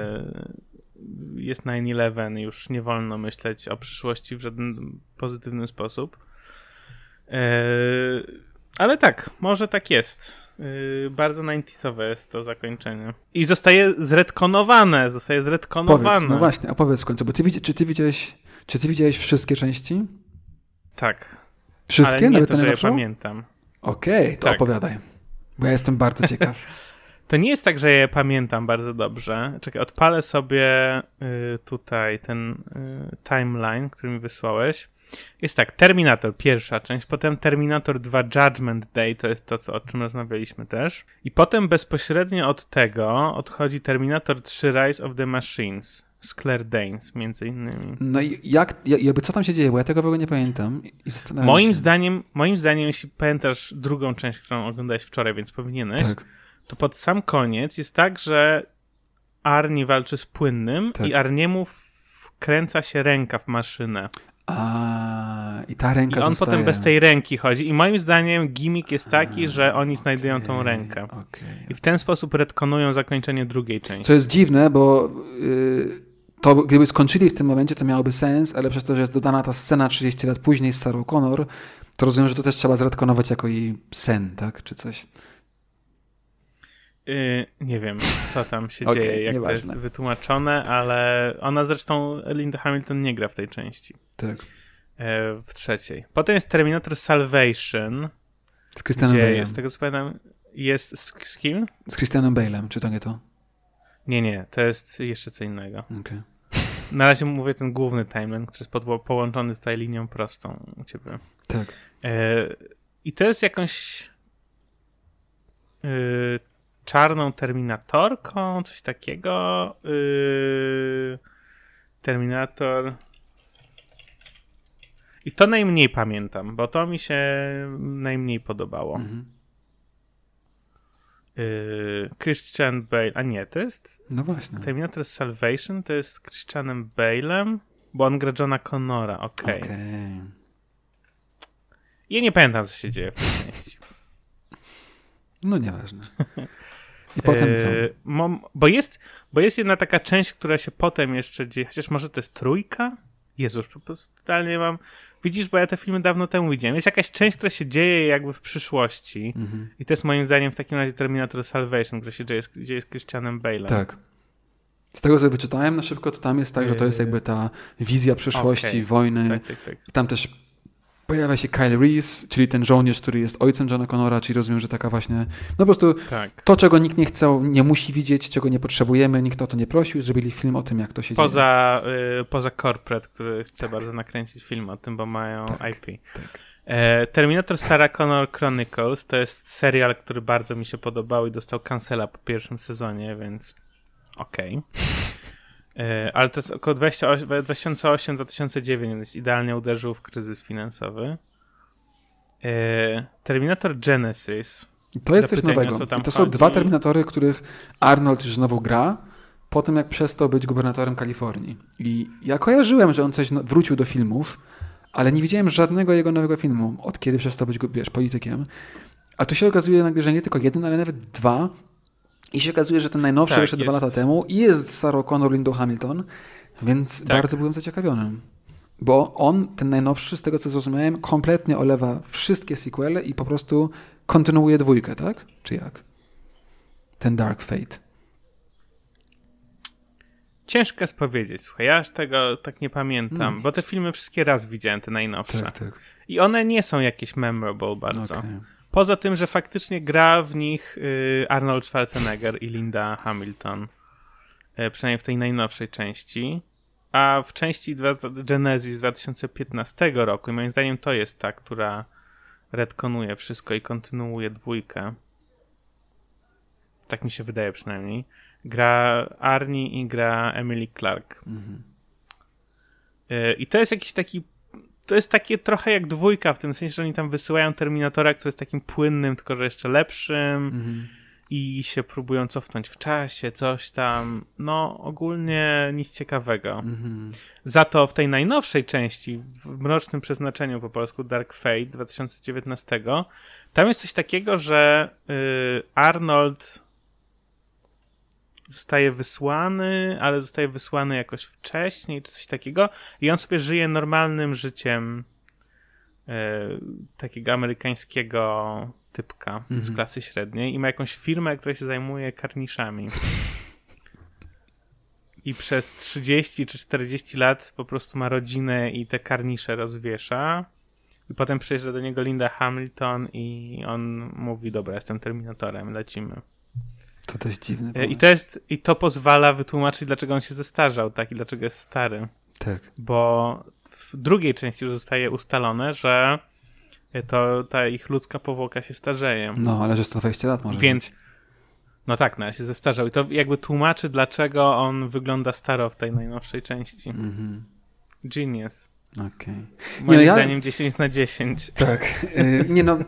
yy, jest nine eleven, już nie wolno myśleć o przyszłości w żaden pozytywny sposób. Yy, ale tak, może tak jest. Yy, bardzo ninetysowe jest to zakończenie. I zostaje zretkonowane, zostaje zretkonowane.
Powiedz, no właśnie, a powiedz w końcu, bo ty, czy ty widziałeś Czy ty widziałeś wszystkie części?
Tak.
Wszystkie?
Ale nie
Nawet
to, że
najnowszą?
ja pamiętam.
Okej, okay, to tak. Opowiadaj. Bo ja jestem bardzo ciekaw.
To nie jest tak, że ja je pamiętam bardzo dobrze. Czekaj, odpalę sobie y, tutaj ten y, timeline, który mi wysłałeś. Jest tak, Terminator, pierwsza część, potem Terminator dwa Judgment Day, to jest to, co, o czym rozmawialiśmy też. I potem bezpośrednio od tego odchodzi Terminator trzy Rise of the Machines. Z Claire Danes, między innymi.
No i jak, jakby co tam się dzieje, bo ja tego w ogóle nie pamiętam. I
moim,
się.
zdaniem, moim zdaniem, jeśli pamiętasz drugą część, którą oglądałeś wczoraj, więc powinieneś, tak. To pod sam koniec jest tak, że Arnie walczy z płynnym tak. i Arniemu wkręca się ręka w maszynę.
A, i ta ręka
I on
zostaje.
potem bez tej ręki chodzi. I moim zdaniem gimmick jest taki, A, że oni okay, znajdują tą rękę.
Okay.
I w ten sposób retkonują zakończenie drugiej części.
Co jest dziwne, bo yy, to gdyby skończyli w tym momencie, to miałoby sens, ale przez to, że jest dodana ta scena trzydzieści lat później z Sarah Connor, to rozumiem, że to też trzeba zretkonować jako jej sen, tak? Czy coś.
Yy, nie wiem, co tam się
okay,
dzieje, jak
nieważne.
to jest wytłumaczone, ale ona zresztą, Linda Hamilton nie gra w tej części.
Tak.
Yy, w trzeciej. Potem jest Terminator Salvation.
Z Christianem
gdzie
Bale'em.
jest, tego co pamiętam, jest z, z kim?
Z Christianem Bale'em, czy to nie to?
Nie, nie, to jest jeszcze co innego.
Okay.
Na razie mówię ten główny timeline, który jest podło- połączony tutaj linią prostą u ciebie.
Tak.
Yy, I to jest jakąś yy, czarną terminatorką, coś takiego. Yy, Terminator. I to najmniej pamiętam, bo to mi się najmniej podobało. Mhm. Yy, Christian Bale, a nie, to jest
no właśnie.
Terminator Salvation, to jest z Christianem Bale'em, bo on gra Johna Connora, okej. Okay.
Okay.
Ja nie pamiętam, co się dzieje w tej części.
No nieważne. I potem co?
Yy, mom, bo, jest, bo jest jedna taka część, która się potem jeszcze dzieje, chociaż może to jest trójka? Jezus, po prostu totalnie mam... Widzisz, bo ja te filmy dawno temu widziałem. Jest jakaś część, która się dzieje jakby w przyszłości mm-hmm. i to jest moim zdaniem w takim razie Terminator Salvation, która się dzieje, dzieje z Christianem Bale'em.
Tak. Z tego, co wyczytałem na szybko, to tam jest tak, że to jest jakby ta wizja przyszłości, okay. wojny.
Tak, tak, tak.
Tam też pojawia się Kyle Reese, czyli ten żołnierz, który jest ojcem Johna Connora, czyli rozumiem, że taka właśnie, no po prostu tak. to, czego nikt nie chce, nie musi widzieć, czego nie potrzebujemy, nikt o to nie prosił, zrobili film o tym, jak to się
poza,
dzieje.
Y, poza Corporate, który chce bardzo nakręcić film o tym, bo mają
tak,
I P.
Tak.
E, Terminator Sarah Connor Chronicles to jest serial, który bardzo mi się podobał i dostał cancela po pierwszym sezonie, więc okej. Okay. Ale to jest około dwa tysiące ósmy do dwa tysiące dziewiątego, więc idealnie uderzył w kryzys finansowy. Terminator Genesis.
To jest coś nowego. I to chodzi. Są dwa Terminatory, których Arnold już znowu gra, po tym jak przestał być gubernatorem Kalifornii. I ja kojarzyłem, że on coś wrócił do filmów, ale nie widziałem żadnego jego nowego filmu, od kiedy przestał być, wiesz, politykiem. A tu się okazuje nagle, że nie tylko jeden, ale nawet dwa. I się okazuje, że ten najnowszy tak, wyszedł dwa lata temu i jest z Sarah Connor, Lindą Hamilton, więc tak. bardzo byłem zaciekawiony. Bo on, ten najnowszy, z tego co zrozumiałem, kompletnie olewa wszystkie sequele i po prostu kontynuuje dwójkę, tak? Czy jak? Ten Dark Fate.
Ciężko jest powiedzieć, słuchaj, ja aż tego tak nie pamiętam, no. bo te filmy wszystkie raz widziałem, te najnowsze. Tak, tak. I one nie są jakieś memorable bardzo. Okay. Poza tym, że faktycznie gra w nich y, Arnold Schwarzenegger i Linda Hamilton. Y, przynajmniej w tej najnowszej części. a w części Genesis z dwa tysiące piętnastego roku i moim zdaniem to jest ta, która retkonuje wszystko i kontynuuje dwójkę. Tak mi się wydaje przynajmniej. Gra Arnie i gra Emily Clark. Mhm. I to jest jakiś taki to jest takie trochę jak dwójka, w tym sensie, że oni tam wysyłają Terminatora, który jest takim płynnym, tylko że jeszcze lepszym mhm. i się próbują cofnąć w czasie, coś tam. No, ogólnie nic ciekawego. Mhm. Za to w tej najnowszej części, w Mrocznym Przeznaczeniu po polsku, Dark Fate dwa tysiące dziewiętnastego, tam jest coś takiego, że yy, Arnold zostaje wysłany, ale zostaje wysłany jakoś wcześniej, czy coś takiego i on sobie żyje normalnym życiem e, takiego amerykańskiego typka mm-hmm. z klasy średniej i ma jakąś firmę, która się zajmuje karniszami. I przez trzydzieści czy czterdzieści lat po prostu ma rodzinę i te karnisze rozwiesza. I potem przyjeżdża do niego Linda Hamilton i on mówi, dobra, jestem Terminatorem, lecimy.
To dość dziwne.
I to jest, i to pozwala wytłumaczyć, dlaczego on się zestarzał, tak, i dlaczego jest stary.
Tak.
Bo w drugiej części już zostaje ustalone, że to ta ich ludzka powłoka się starzeje.
No, ale że sto dwadzieścia lat może
Więc,
być.
No tak, no, się zestarzał. I to jakby tłumaczy, dlaczego on wygląda staro w tej najnowszej części. Mm-hmm. Genius.
Okej. Okay.
Moim no, zdaniem ja... dziesięć na dziesięć.
Tak. Yy, nie no...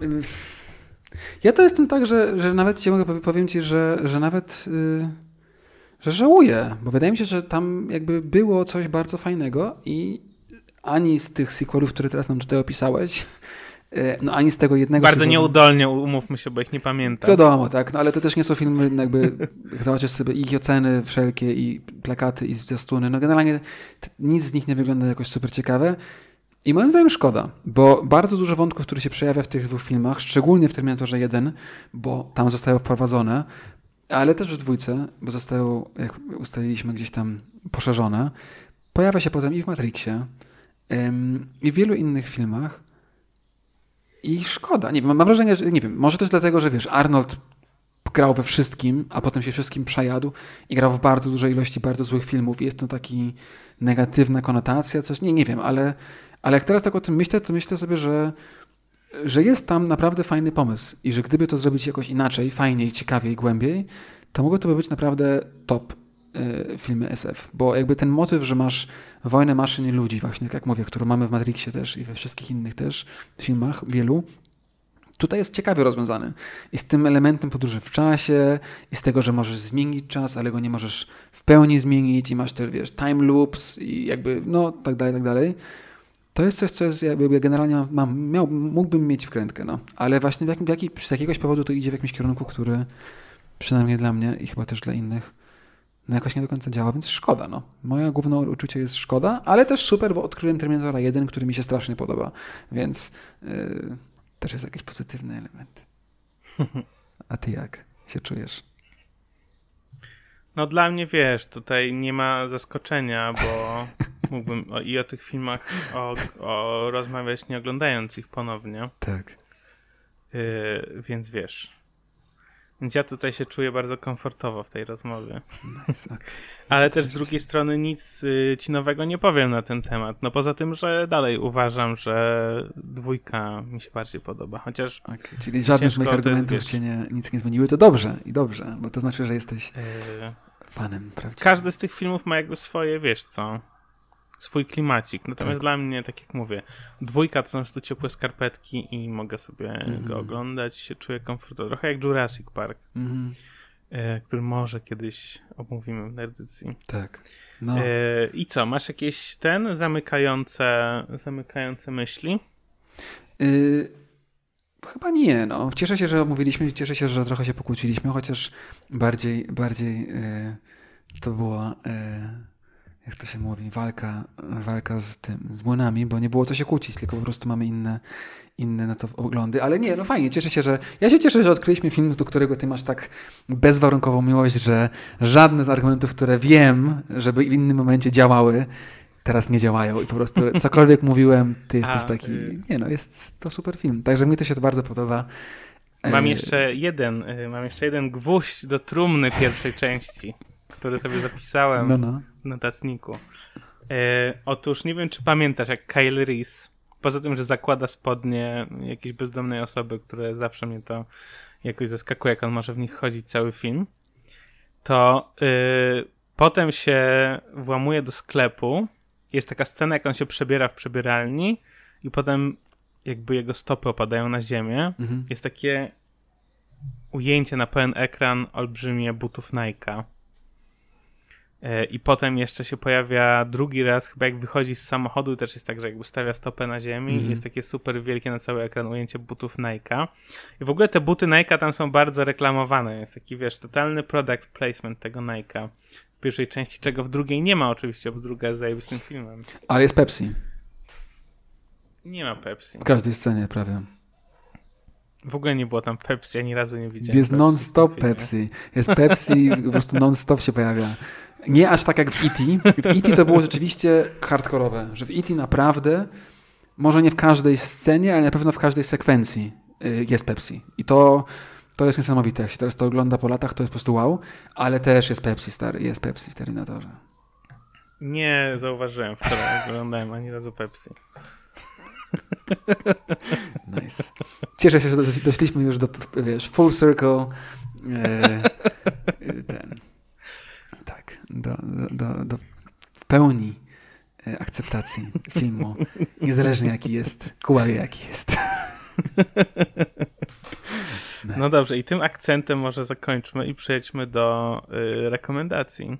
Ja to jestem tak, że, że nawet ci mogę powiem ci, że, że nawet yy, że żałuję, bo wydaje mi się, że tam jakby było coś bardzo fajnego i ani z tych sequelów, które teraz nam tutaj opisałeś, yy, no ani z tego jednego...
Bardzo sequelu... nieudolnie, umówmy się, bo ich nie pamiętam.
Wiadomo, tak, no ale to też nie są filmy, jakby jak zobaczysz sobie ich oceny wszelkie i plakaty i zwiastuny, no generalnie t- nic z nich nie wygląda jakoś super ciekawe. I moim zdaniem szkoda, bo bardzo dużo wątków, które się przejawia w tych dwóch filmach, szczególnie w Terminatorze jeden, bo tam zostały wprowadzone, ale też w dwójce, bo zostały, jak ustaliliśmy, gdzieś tam poszerzone, pojawia się potem i w Matrixie, ym, i w wielu innych filmach. I szkoda. Nie wiem, mam wrażenie, że nie wiem, może też dlatego, że wiesz, Arnold grał we wszystkim, a potem się wszystkim przejadł i grał w bardzo dużej ilości bardzo złych filmów i jest to taki negatywna konotacja, coś, nie, nie wiem, ale Ale jak teraz tak o tym myślę, to myślę sobie, że, że jest tam naprawdę fajny pomysł i że gdyby to zrobić jakoś inaczej, fajniej, ciekawiej, głębiej, to mogłoby być naprawdę top y, filmy S F. Bo jakby ten motyw, że masz wojnę maszyn i ludzi właśnie, jak mówię, którą mamy w Matrixie też i we wszystkich innych też filmach, wielu, tutaj jest ciekawie rozwiązany. I z tym elementem podróży w czasie, i z tego, że możesz zmienić czas, ale go nie możesz w pełni zmienić i masz te, wiesz, time loops i jakby, no, tak dalej, tak dalej. To jest coś, co jest, jakby generalnie mam, mam, miał, mógłbym mieć wkrętkę, no. Ale właśnie w jakim, w jaki, z jakiegoś powodu to idzie w jakimś kierunku, który przynajmniej dla mnie i chyba też dla innych no jakoś nie do końca działa, więc szkoda, no. Moje główne uczucie jest szkoda, ale też super, bo odkryłem Terminatora jeden, który mi się strasznie podoba, więc yy, też jest jakiś pozytywny element. A ty jak się czujesz?
No dla mnie, wiesz, tutaj nie ma zaskoczenia, bo mógłbym o, i o tych filmach o, o rozmawiać, nie oglądając ich ponownie.
Tak.
Yy, więc wiesz. Więc ja tutaj się czuję bardzo komfortowo w tej rozmowie.
Nice, okay.
Ale też z drugiej strony nic y, ci nowego nie powiem na ten temat. No poza tym, że dalej uważam, że dwójka mi się bardziej podoba. Chociaż
okay. Czyli żadne z moich argumentów jest, cię nie, nic nie zmieniły. To dobrze i dobrze, bo to znaczy, że jesteś yy, fanem, prawda?
Każdy z tych filmów ma jakby swoje, wiesz co, swój klimacik. Natomiast tak. Dla mnie, tak jak mówię, dwójka to są tu ciepłe skarpetki i mogę sobie mm-hmm. go oglądać, się czuję komfortowo. Trochę jak Jurassic Park, mm-hmm. e, który może kiedyś omówimy w Nerdycji.
Tak. No.
E, I co, masz jakieś ten zamykające, zamykające myśli?
Y- Chyba nie, no. Cieszę się, że omówiliśmy, cieszę się, że trochę się pokłóciliśmy, chociaż bardziej, bardziej y- to była... Y- jak to się mówi, walka, walka z tym, z młynami, bo nie było co się kłócić, tylko po prostu mamy inne, inne na to oglądy. Ale nie, no fajnie, cieszę się, że... Ja się cieszę, że odkryliśmy film, do którego ty masz tak bezwarunkową miłość, że żadne z argumentów, które wiem, żeby w innym momencie działały, teraz nie działają i po prostu cokolwiek mówiłem, ty jesteś A, taki... Y... Nie no, jest to super film. Także mi to się to bardzo podoba.
Mam jeszcze jeden, mam jeszcze jeden gwóźdź do trumny pierwszej części, który sobie zapisałem no, no. w notatniku. E, otóż nie wiem, czy pamiętasz, jak Kyle Reese, poza tym, że zakłada spodnie jakiejś bezdomnej osoby, które zawsze mnie to jakoś zaskakuje, jak on może w nich chodzić cały film, to yy, potem się włamuje do sklepu. Jest taka scena, jak on się przebiera w przebieralni i potem jakby jego stopy opadają na ziemię. Mhm. Jest takie ujęcie na pełen ekran olbrzymie butów Nike'a. I potem jeszcze się pojawia drugi raz, chyba jak wychodzi z samochodu, też jest tak, że jakby stawia stopę na ziemi mm-hmm. jest takie super wielkie na cały ekran ujęcie butów Nike'a. I w ogóle te buty Nike'a tam są bardzo reklamowane. Jest taki, wiesz, totalny product placement tego Nike'a. W pierwszej części, czego w drugiej nie ma oczywiście, bo druga jest zajebistym filmem.
Ale jest Pepsi.
Nie ma Pepsi.
W każdej scenie prawie.
W ogóle nie było tam Pepsi, ani razu nie widziałem.
Jest Pepsi non-stop Pepsi. Jest Pepsi, po prostu non-stop się pojawia. Nie aż tak jak w E T W E T to było rzeczywiście hardkorowe, że w E T naprawdę, może nie w każdej scenie, ale na pewno w każdej sekwencji jest Pepsi. I to, to jest niesamowite. Jak się teraz to ogląda po latach, to jest po prostu wow, ale też jest Pepsi, stary, jest Pepsi w Terminatorze.
Nie zauważyłem wczoraj, jak oglądałem ani razu Pepsi.
Nice. Cieszę się, że doszliśmy już do, wiesz, full circle. E, ten. Tak, do, do, do, do w pełni akceptacji filmu, niezależnie jaki jest, kuławie jaki jest. Nice.
No dobrze, i tym akcentem może zakończmy i przejdźmy do y, rekomendacji.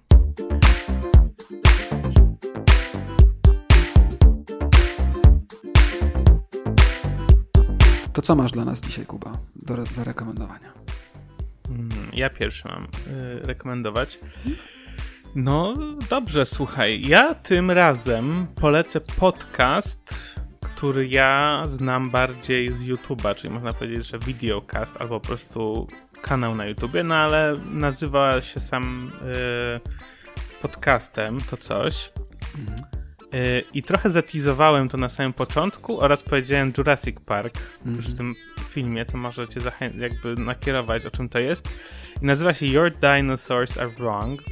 To co masz dla nas dzisiaj, Kuba, do zarekomendowania?
Ja pierwszy mam y, rekomendować. No dobrze, słuchaj. Ja tym razem polecę podcast, który ja znam bardziej z YouTube'a, czyli można powiedzieć, że videocast albo po prostu kanał na YouTubie, no ale nazywa się sam y, podcastem, to coś. Mhm. Y, I trochę zatizowałem to na samym początku oraz powiedziałem Jurassic Park mhm. w tym filmie, co może cię zachę- jakby nakierować, o czym to jest. I nazywa się Your Dinosaurs Are Wrong.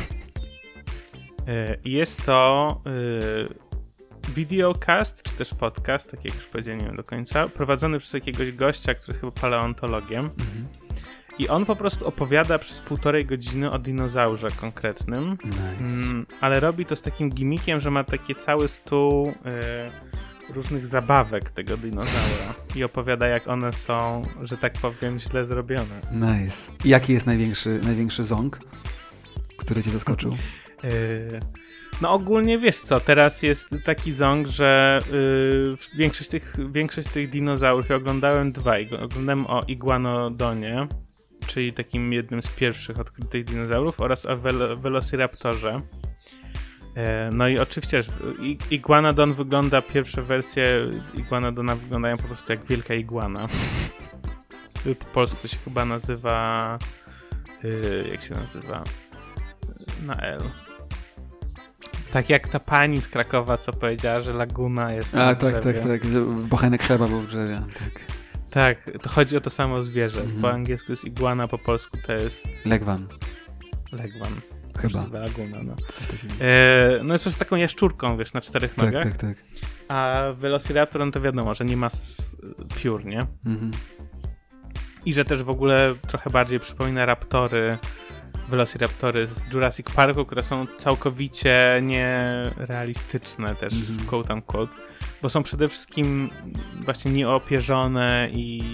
I jest to y, videocast, czy też podcast, tak jak już powiedziałem, nie wiem do końca, prowadzony przez jakiegoś gościa, który jest chyba paleontologiem. Mhm. I on po prostu opowiada przez półtorej godziny o dinozaurze konkretnym.
Nice.
Mm, ale robi to z takim gimmickiem, że ma taki cały stół y, różnych zabawek tego dinozaura. I opowiada, jak one są, że tak powiem, źle zrobione.
Nice. I jaki jest największy, największy ząg, który cię zaskoczył?
No ogólnie wiesz co, teraz jest taki ząg, że yy, większość, tych, większość tych dinozaurów, ja oglądałem dwa, oglądałem o Iguanodonie, czyli takim jednym z pierwszych odkrytych dinozaurów, oraz o Vel- Velociraptorze. Yy, no i oczywiście Iguanodon wygląda, pierwsze wersje Iguanodona wyglądają po prostu jak wielka iguana. Po polsku to się chyba nazywa, yy, jak się nazywa? Na L. Tak jak ta pani z Krakowa, co powiedziała, że laguna jest
A, tak, tak, tak. Bochenek chleba był w drzewie. Tak.
tak, to chodzi o to samo zwierzę. Mhm. Po angielsku jest iguana, po polsku to jest...
Legwan.
Legwan.
Chyba.
Laguna, no. E, no jest po prostu taką jaszczurką, wiesz, na czterech
tak,
nogach.
Tak, tak, tak.
A Velociraptor, no to wiadomo, że nie ma s- piór, nie? Mhm. I że też w ogóle trochę bardziej przypomina raptory, Velociraptory z Jurassic Parku, które są całkowicie nierealistyczne też, mm-hmm. quote unquote, bo są przede wszystkim właśnie nieopierzone i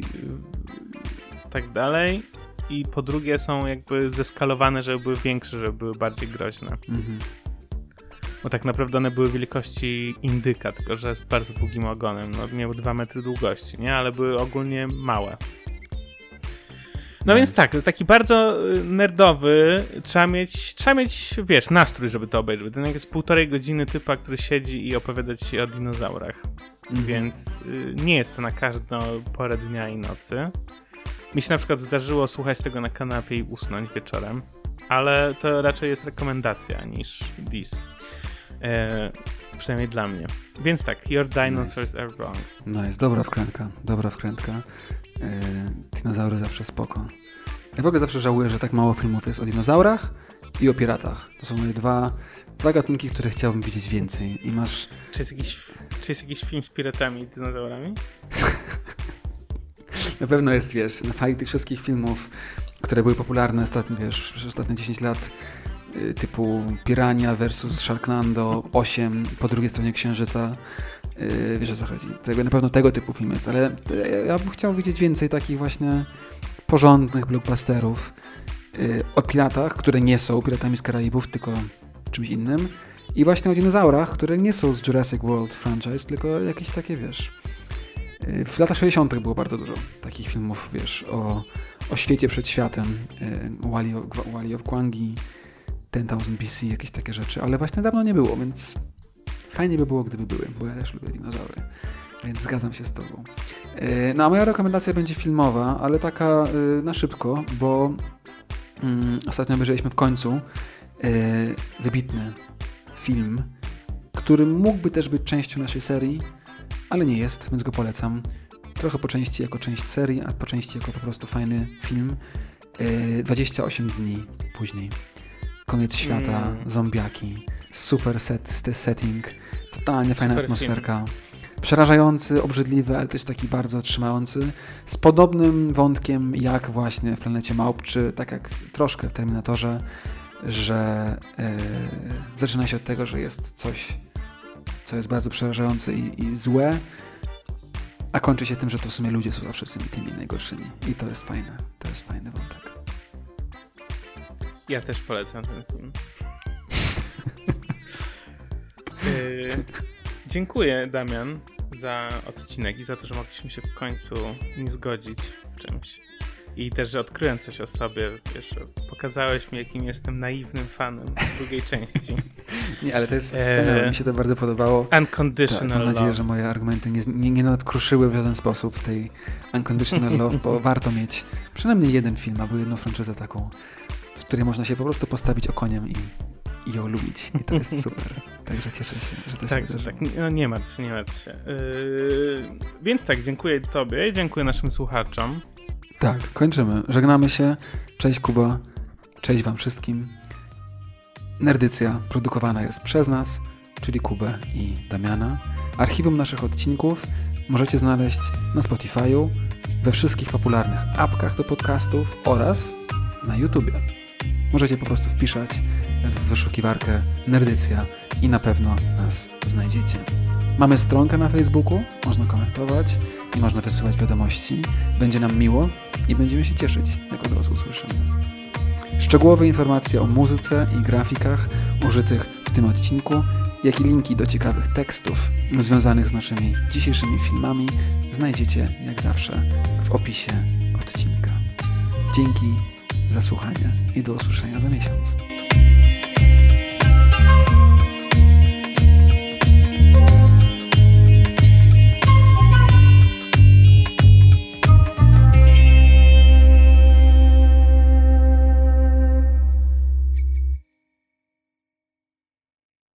tak dalej, i po drugie są jakby zeskalowane, żeby były większe, żeby były bardziej groźne. Mm-hmm. Bo tak naprawdę one były wielkości indyka, tylko że z bardzo długim ogonem, no miały dwa metry długości, nie? Ale były ogólnie małe. No więc tak, taki bardzo nerdowy, trzeba mieć, trzeba mieć, wiesz, nastrój, żeby to obejrzeć. To jest półtorej godziny typa, który siedzi i opowiada ci o dinozaurach. Mm-hmm. Więc y, nie jest to na każdą porę dnia i nocy. Mi się na przykład zdarzyło słuchać tego na kanapie i usnąć wieczorem, ale to raczej jest rekomendacja niż dis. E, przynajmniej dla mnie. Więc tak, Your Dinosaurs nice. Are Wrong.
Nice, dobra wkrętka, dobra wkrętka. Dinozaury zawsze spoko. Ja w ogóle zawsze żałuję, że tak mało filmów jest o dinozaurach i o piratach. To są moje dwa, dwa gatunki, które chciałbym widzieć więcej. I masz...
Czy jest jakiś, czy jest jakiś film z piratami i dinozaurami?
Na pewno jest, wiesz, na fali tych wszystkich filmów, które były popularne ostatnie, wiesz, przez ostatnie dziesięć lat, yy, typu Pirania versus Sharknado osiem po drugiej stronie Księżyca. Yy, wiesz, o co chodzi. To jakby na pewno tego typu film jest, ale yy, ja bym chciał widzieć więcej takich właśnie porządnych blockbusterów yy, o piratach, które nie są piratami z Karaibów, tylko czymś innym. I właśnie o dinozaurach, które nie są z Jurassic World franchise, tylko jakieś takie, wiesz... Yy, w latach sześćdziesiątych było bardzo dużo takich filmów, wiesz, o, o świecie przed światem. Yy, Wall-E of, Wall-E of Kwangi, ten tysiąc B C, jakieś takie rzeczy, ale właśnie dawno nie było, więc fajnie by było, gdyby były, bo ja też lubię dinozaury, więc zgadzam się z tobą. Yy, no a moja rekomendacja będzie filmowa, ale taka yy, na szybko, bo yy, ostatnio obejrzeliśmy w końcu yy, wybitny film, który mógłby też być częścią naszej serii, ale nie jest, więc go polecam. Trochę po części jako część serii, a po części jako po prostu fajny film. Yy, dwadzieścia osiem dni później. Koniec świata, mm. zombiaki, super set, setting, totalnie fajna super atmosferka. Film. Przerażający, obrzydliwy, ale też taki bardzo trzymający. Z podobnym wątkiem jak właśnie w Planecie Małp, czy tak jak troszkę w Terminatorze, że yy, zaczyna się od tego, że jest coś, co jest bardzo przerażające i, i złe, a kończy się tym, że to w sumie ludzie są zawsze tymi, tymi najgorszymi. I to jest fajne. To jest fajny wątek.
Ja też polecam ten film. yy, dziękuję, Damian, za odcinek i za to, że mogliśmy się w końcu nie zgodzić w czymś. I też, że odkryłem coś o sobie, wiesz, pokazałeś mi, jakim jestem naiwnym fanem drugiej części.
Nie, ale to jest wspaniałe, mi się to bardzo podobało.
Unconditional
Love. Mam nadzieję,
love.
że moje argumenty nie, nie, nie nadkruszyły w żaden sposób tej Unconditional Love, bo warto mieć przynajmniej jeden film albo jedną franczyzę taką, w której można się po prostu postawić okoniem i, i ją lubić. I to jest super. Także cieszę się, że to
tak,
się
tak, no nie martw się, nie martw się. Yy, więc tak, dziękuję tobie, dziękuję naszym słuchaczom.
Tak, kończymy. Żegnamy się. Cześć Kuba. Cześć wam wszystkim. Nerdycja produkowana jest przez nas, czyli Kubę i Damiana. Archiwum naszych odcinków możecie znaleźć na Spotify'u, we wszystkich popularnych apkach do podcastów oraz na YouTubie. Możecie po prostu wpisać w wyszukiwarkę Nerdycja i na pewno nas znajdziecie. Mamy stronkę na Facebooku, można komentować i można wysyłać wiadomości. Będzie nam miło i będziemy się cieszyć, jak od was usłyszymy. Szczegółowe informacje o muzyce i grafikach użytych w tym odcinku, jak i linki do ciekawych tekstów związanych z naszymi dzisiejszymi filmami znajdziecie, jak zawsze, w opisie odcinka. Dzięki za słuchanie i do usłyszenia za miesiąc.